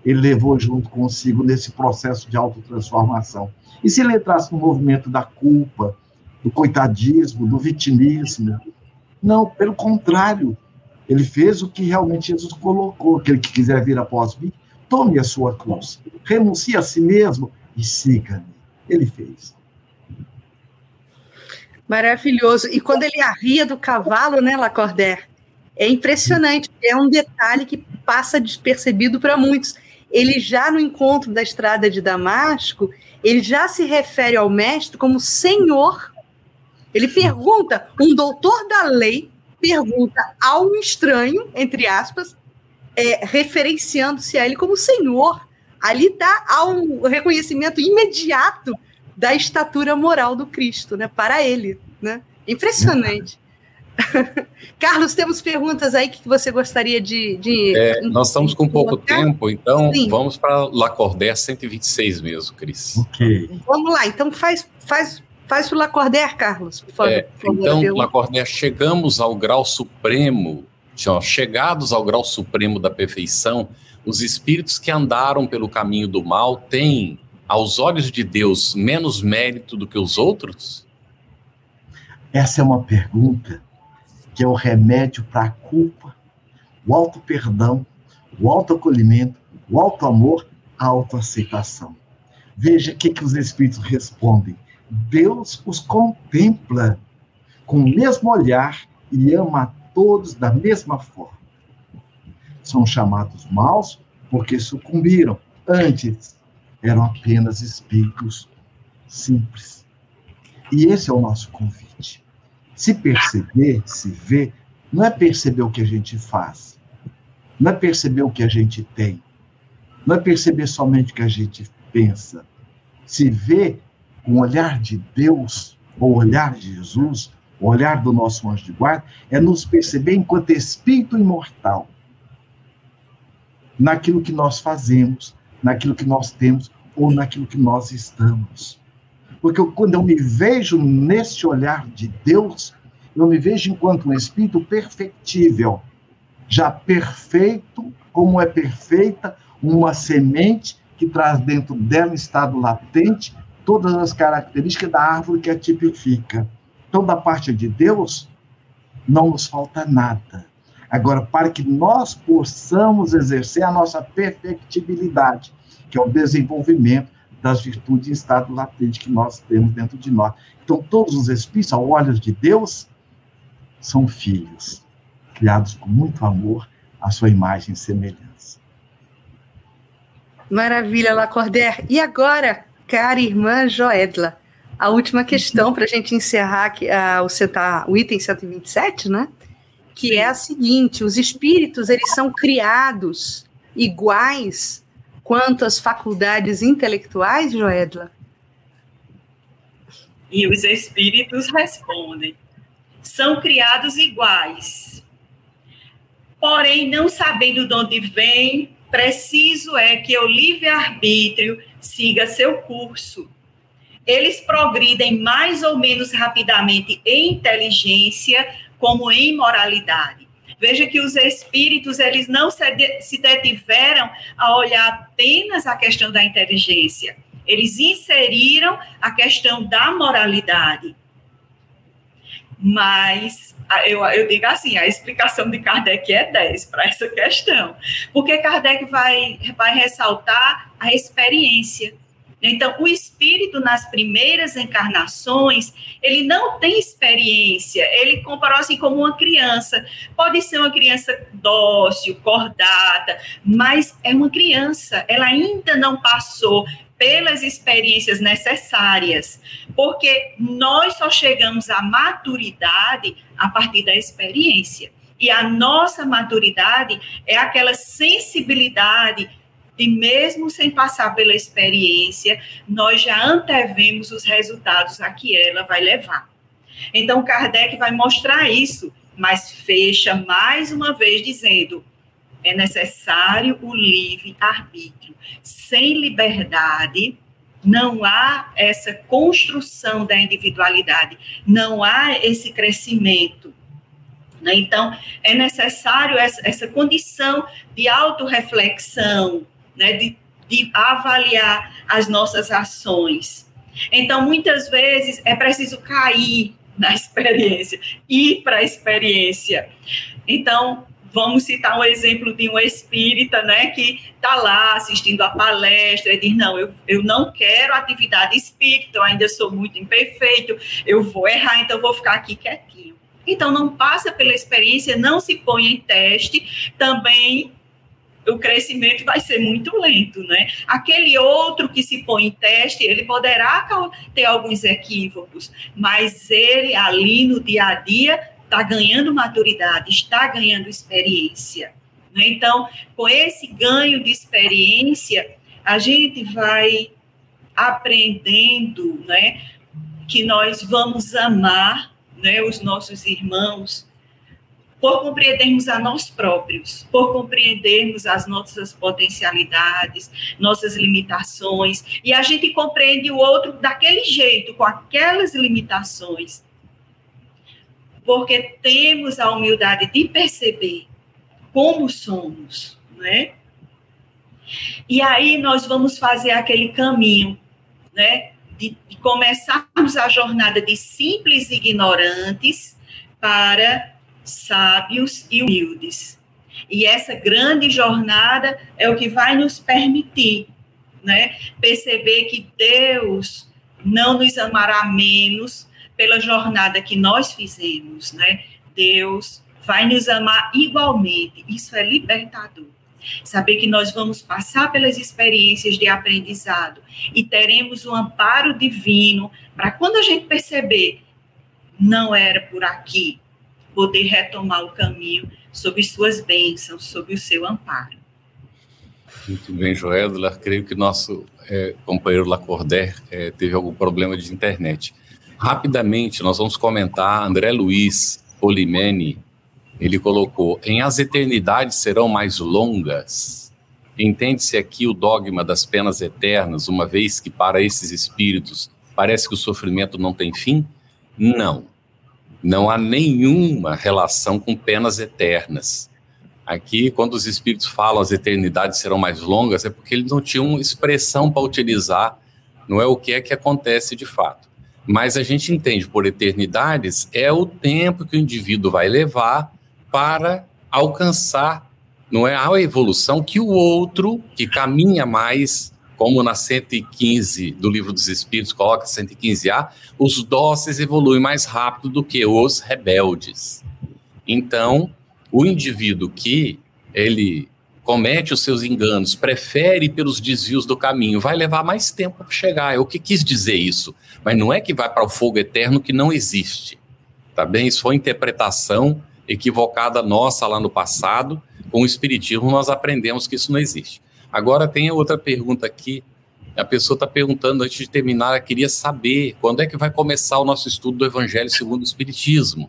ele levou junto consigo nesse processo de autotransformação. E se ele entrasse no movimento da culpa, do coitadismo, do vitimismo? Não, pelo contrário, ele fez o que realmente Jesus colocou: aquele que quiser vir após mim, tome a sua cruz, renuncie a si mesmo e siga-me. Ele fez. Maravilhoso. E quando ele arria do cavalo, né, Lacordaire? É impressionante, é um detalhe que passa despercebido para muitos. Ele já no encontro da estrada de Damasco, ele já se refere ao mestre como Senhor. Ele pergunta, um doutor da lei pergunta a um estranho, entre aspas, é, referenciando-se a ele como Senhor. Ali dá um reconhecimento imediato da estatura moral do Cristo, né, para ele, né? Impressionante. Carlos, temos perguntas aí que você gostaria de... de é, nós estamos com pouco colocar? tempo, então Sim. Vamos para Lacordaire cento e vinte e seis mesmo, Cris. Ok. Vamos lá, então faz, faz, faz o Lacordaire, Carlos, por favor. É, por favor, então, pelo... Lacordaire, chegamos ao grau supremo, chegados ao grau supremo da perfeição, os espíritos que andaram pelo caminho do mal têm, aos olhos de Deus, menos mérito do que os outros? Essa é uma pergunta que é o remédio para a culpa, o auto-perdão, o auto-acolhimento, o auto-amor, a auto-aceitação. Veja o que, que os espíritos respondem. Deus os contempla com o mesmo olhar e ama a todos da mesma forma. São chamados maus porque sucumbiram. Antes, eram apenas espíritos simples. E esse é o nosso convite. Se perceber, se ver, não é perceber o que a gente faz, não é perceber o que a gente tem, não é perceber somente o que a gente pensa. Se ver com o olhar de Deus, ou o olhar de Jesus, o olhar do nosso anjo de guarda, é nos perceber enquanto espírito imortal, naquilo que nós fazemos, naquilo que nós temos, ou naquilo que nós estamos. Porque eu, quando eu me vejo nesse olhar de Deus, eu me vejo enquanto um espírito perfectível, já perfeito, como é perfeita uma semente que traz dentro dela, em estado latente, todas as características da árvore que a tipifica. Então, da parte de Deus, não nos falta nada. Agora, para que nós possamos exercer a nossa perfectibilidade, que é o desenvolvimento das virtudes em estado latente que nós temos dentro de nós. Então, todos os espíritos, aos olhos de Deus, são filhos, criados com muito amor, à sua imagem e semelhança. Maravilha, Lacordaire. E agora, cara irmã Joedla, a última questão para a gente encerrar aqui, uh, o, centa, o item cento e vinte e sete, né? Que Sim. é a seguinte: os espíritos, eles são criados iguais quanto às faculdades intelectuais, Joedla? E os espíritos respondem: são criados iguais. Porém, não sabendo de onde vem, preciso é que o livre-arbítrio siga seu curso. Eles progridem mais ou menos rapidamente em inteligência, como em moralidade. Veja que os espíritos, eles não se, de, se detiveram a olhar apenas a questão da inteligência. Eles inseriram a questão da moralidade. Mas, eu, eu digo assim, a explicação de Kardec é dez para essa questão. Porque Kardec vai, vai ressaltar a experiência. Então, o espírito, nas primeiras encarnações, ele não tem experiência. Ele comparou assim como uma criança. Pode ser uma criança dócil, cordata, mas é uma criança. Ela ainda não passou pelas experiências necessárias, porque nós só chegamos à maturidade a partir da experiência. E a nossa maturidade é aquela sensibilidade e mesmo sem passar pela experiência, nós já antevemos os resultados a que ela vai levar. Então, Kardec vai mostrar isso, mas fecha mais uma vez dizendo: é necessário o livre-arbítrio. Sem liberdade, não há essa construção da individualidade, não há esse crescimento. Então, é necessário essa, essa condição de autorreflexão, né, de, de avaliar as nossas ações. Então, muitas vezes, é preciso cair na experiência, ir para a experiência. Então, vamos citar um exemplo de um espírita, né, que está lá assistindo a palestra e diz, não, eu, eu não quero atividade espírita, eu ainda sou muito imperfeito, eu vou errar, então eu vou ficar aqui quietinho. Então, não passa pela experiência, não se põe em teste, também o crescimento vai ser muito lento, né? Aquele outro que se põe em teste, ele poderá ter alguns equívocos, mas ele ali no dia a dia está ganhando maturidade, está ganhando experiência, né? Então, com esse ganho de experiência, a gente vai aprendendo, né, que nós vamos amar, né, os nossos irmãos, por compreendermos a nós próprios, por compreendermos as nossas potencialidades, nossas limitações, e a gente compreende o outro daquele jeito, com aquelas limitações, porque temos a humildade de perceber como somos, né? E aí nós vamos fazer aquele caminho, né, de, de começarmos a jornada de simples ignorantes para sábios e humildes. E essa grande jornada é o que vai nos permitir, né, perceber que Deus não nos amará menos pela jornada que nós fizemos, né? Deus vai nos amar igualmente. Isso é libertador. Saber que nós vamos passar pelas experiências de aprendizado e teremos um amparo divino para quando a gente perceber, não era por aqui, poder retomar o caminho sob suas bênçãos, sob o seu amparo. Muito bem, Joédula. Creio que nosso é, companheiro Lacordaire é, teve algum problema de internet. Rapidamente, nós vamos comentar André Luiz Polimeni. Ele colocou, em as eternidades serão mais longas. Entende-se aqui o dogma das penas eternas, uma vez que para esses espíritos parece que o sofrimento não tem fim? Não. Não há nenhuma relação com penas eternas. Aqui, quando os espíritos falam as eternidades serão mais longas, é porque eles não tinham expressão para utilizar, não é o que é que acontece de fato. Mas a gente entende por eternidades é o tempo que o indivíduo vai levar para alcançar, não é, a evolução que o outro, que caminha mais, como na cento e quinze do Livro dos Espíritos, coloca cento e quinze A, os dóceis evoluem mais rápido do que os rebeldes. Então, o indivíduo que ele comete os seus enganos, prefere pelos desvios do caminho, vai levar mais tempo para chegar. É o que quis dizer isso. Mas não é que vai para o fogo eterno que não existe. Tá bem? Isso foi interpretação equivocada nossa lá no passado. Com o Espiritismo nós aprendemos que isso não existe. Agora tem outra pergunta aqui. A pessoa está perguntando, antes de terminar, ela queria saber quando é que vai começar o nosso estudo do Evangelho segundo o Espiritismo.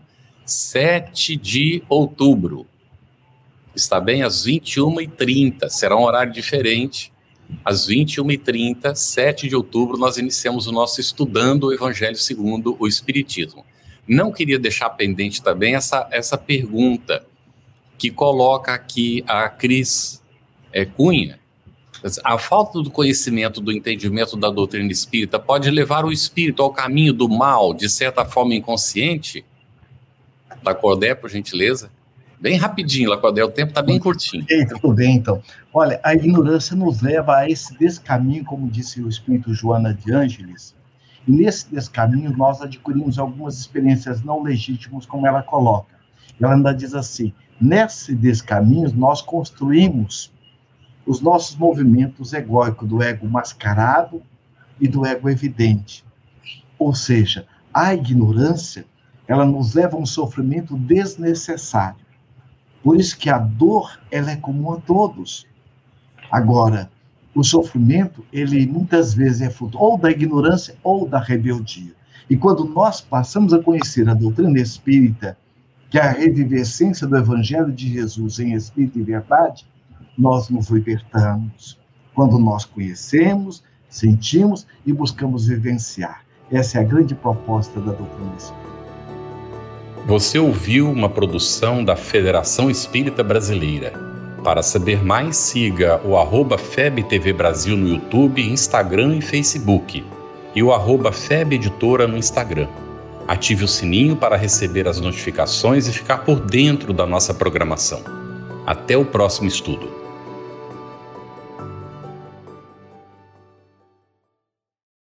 sete de outubro. Está bem? Às vinte e uma e trinta. Será um horário diferente. Às vinte e uma e trinta, sete de outubro, nós iniciamos o nosso Estudando o Evangelho segundo o Espiritismo. Não queria deixar pendente também essa, essa pergunta que coloca aqui a Cris é, Cunha. A falta do conhecimento, do entendimento da doutrina espírita pode levar o espírito ao caminho do mal, de certa forma inconsciente? Lacordaire, por gentileza. Bem rapidinho, Lacordaire, o tempo está bem curtinho. Eita, tudo bem, então. Olha, a ignorância nos leva a esse descaminho, como disse o espírito Joana de Ângeles, e nesse descaminho nós adquirimos algumas experiências não legítimas, como ela coloca. Ela ainda diz assim, nesse descaminho nós construímos os nossos movimentos egóicos, do ego mascarado e do ego evidente. Ou seja, a ignorância, ela nos leva a um sofrimento desnecessário. Por isso que a dor, ela é comum a todos. Agora, o sofrimento, ele muitas vezes é fruto ou da ignorância ou da rebeldia. E quando nós passamos a conhecer a doutrina espírita, que é a revivescência do Evangelho de Jesus em espírito e verdade, nós nos libertamos. Quando nós conhecemos, sentimos e buscamos vivenciar. Essa é a grande proposta da doutrina espírita. Você ouviu uma produção da Federação Espírita Brasileira. Para saber mais, siga o arroba F E B T V Brasil no YouTube, Instagram e Facebook e o arroba F E B Editora no Instagram. Ative o sininho para receber as notificações e ficar por dentro da nossa programação. Até o próximo estudo.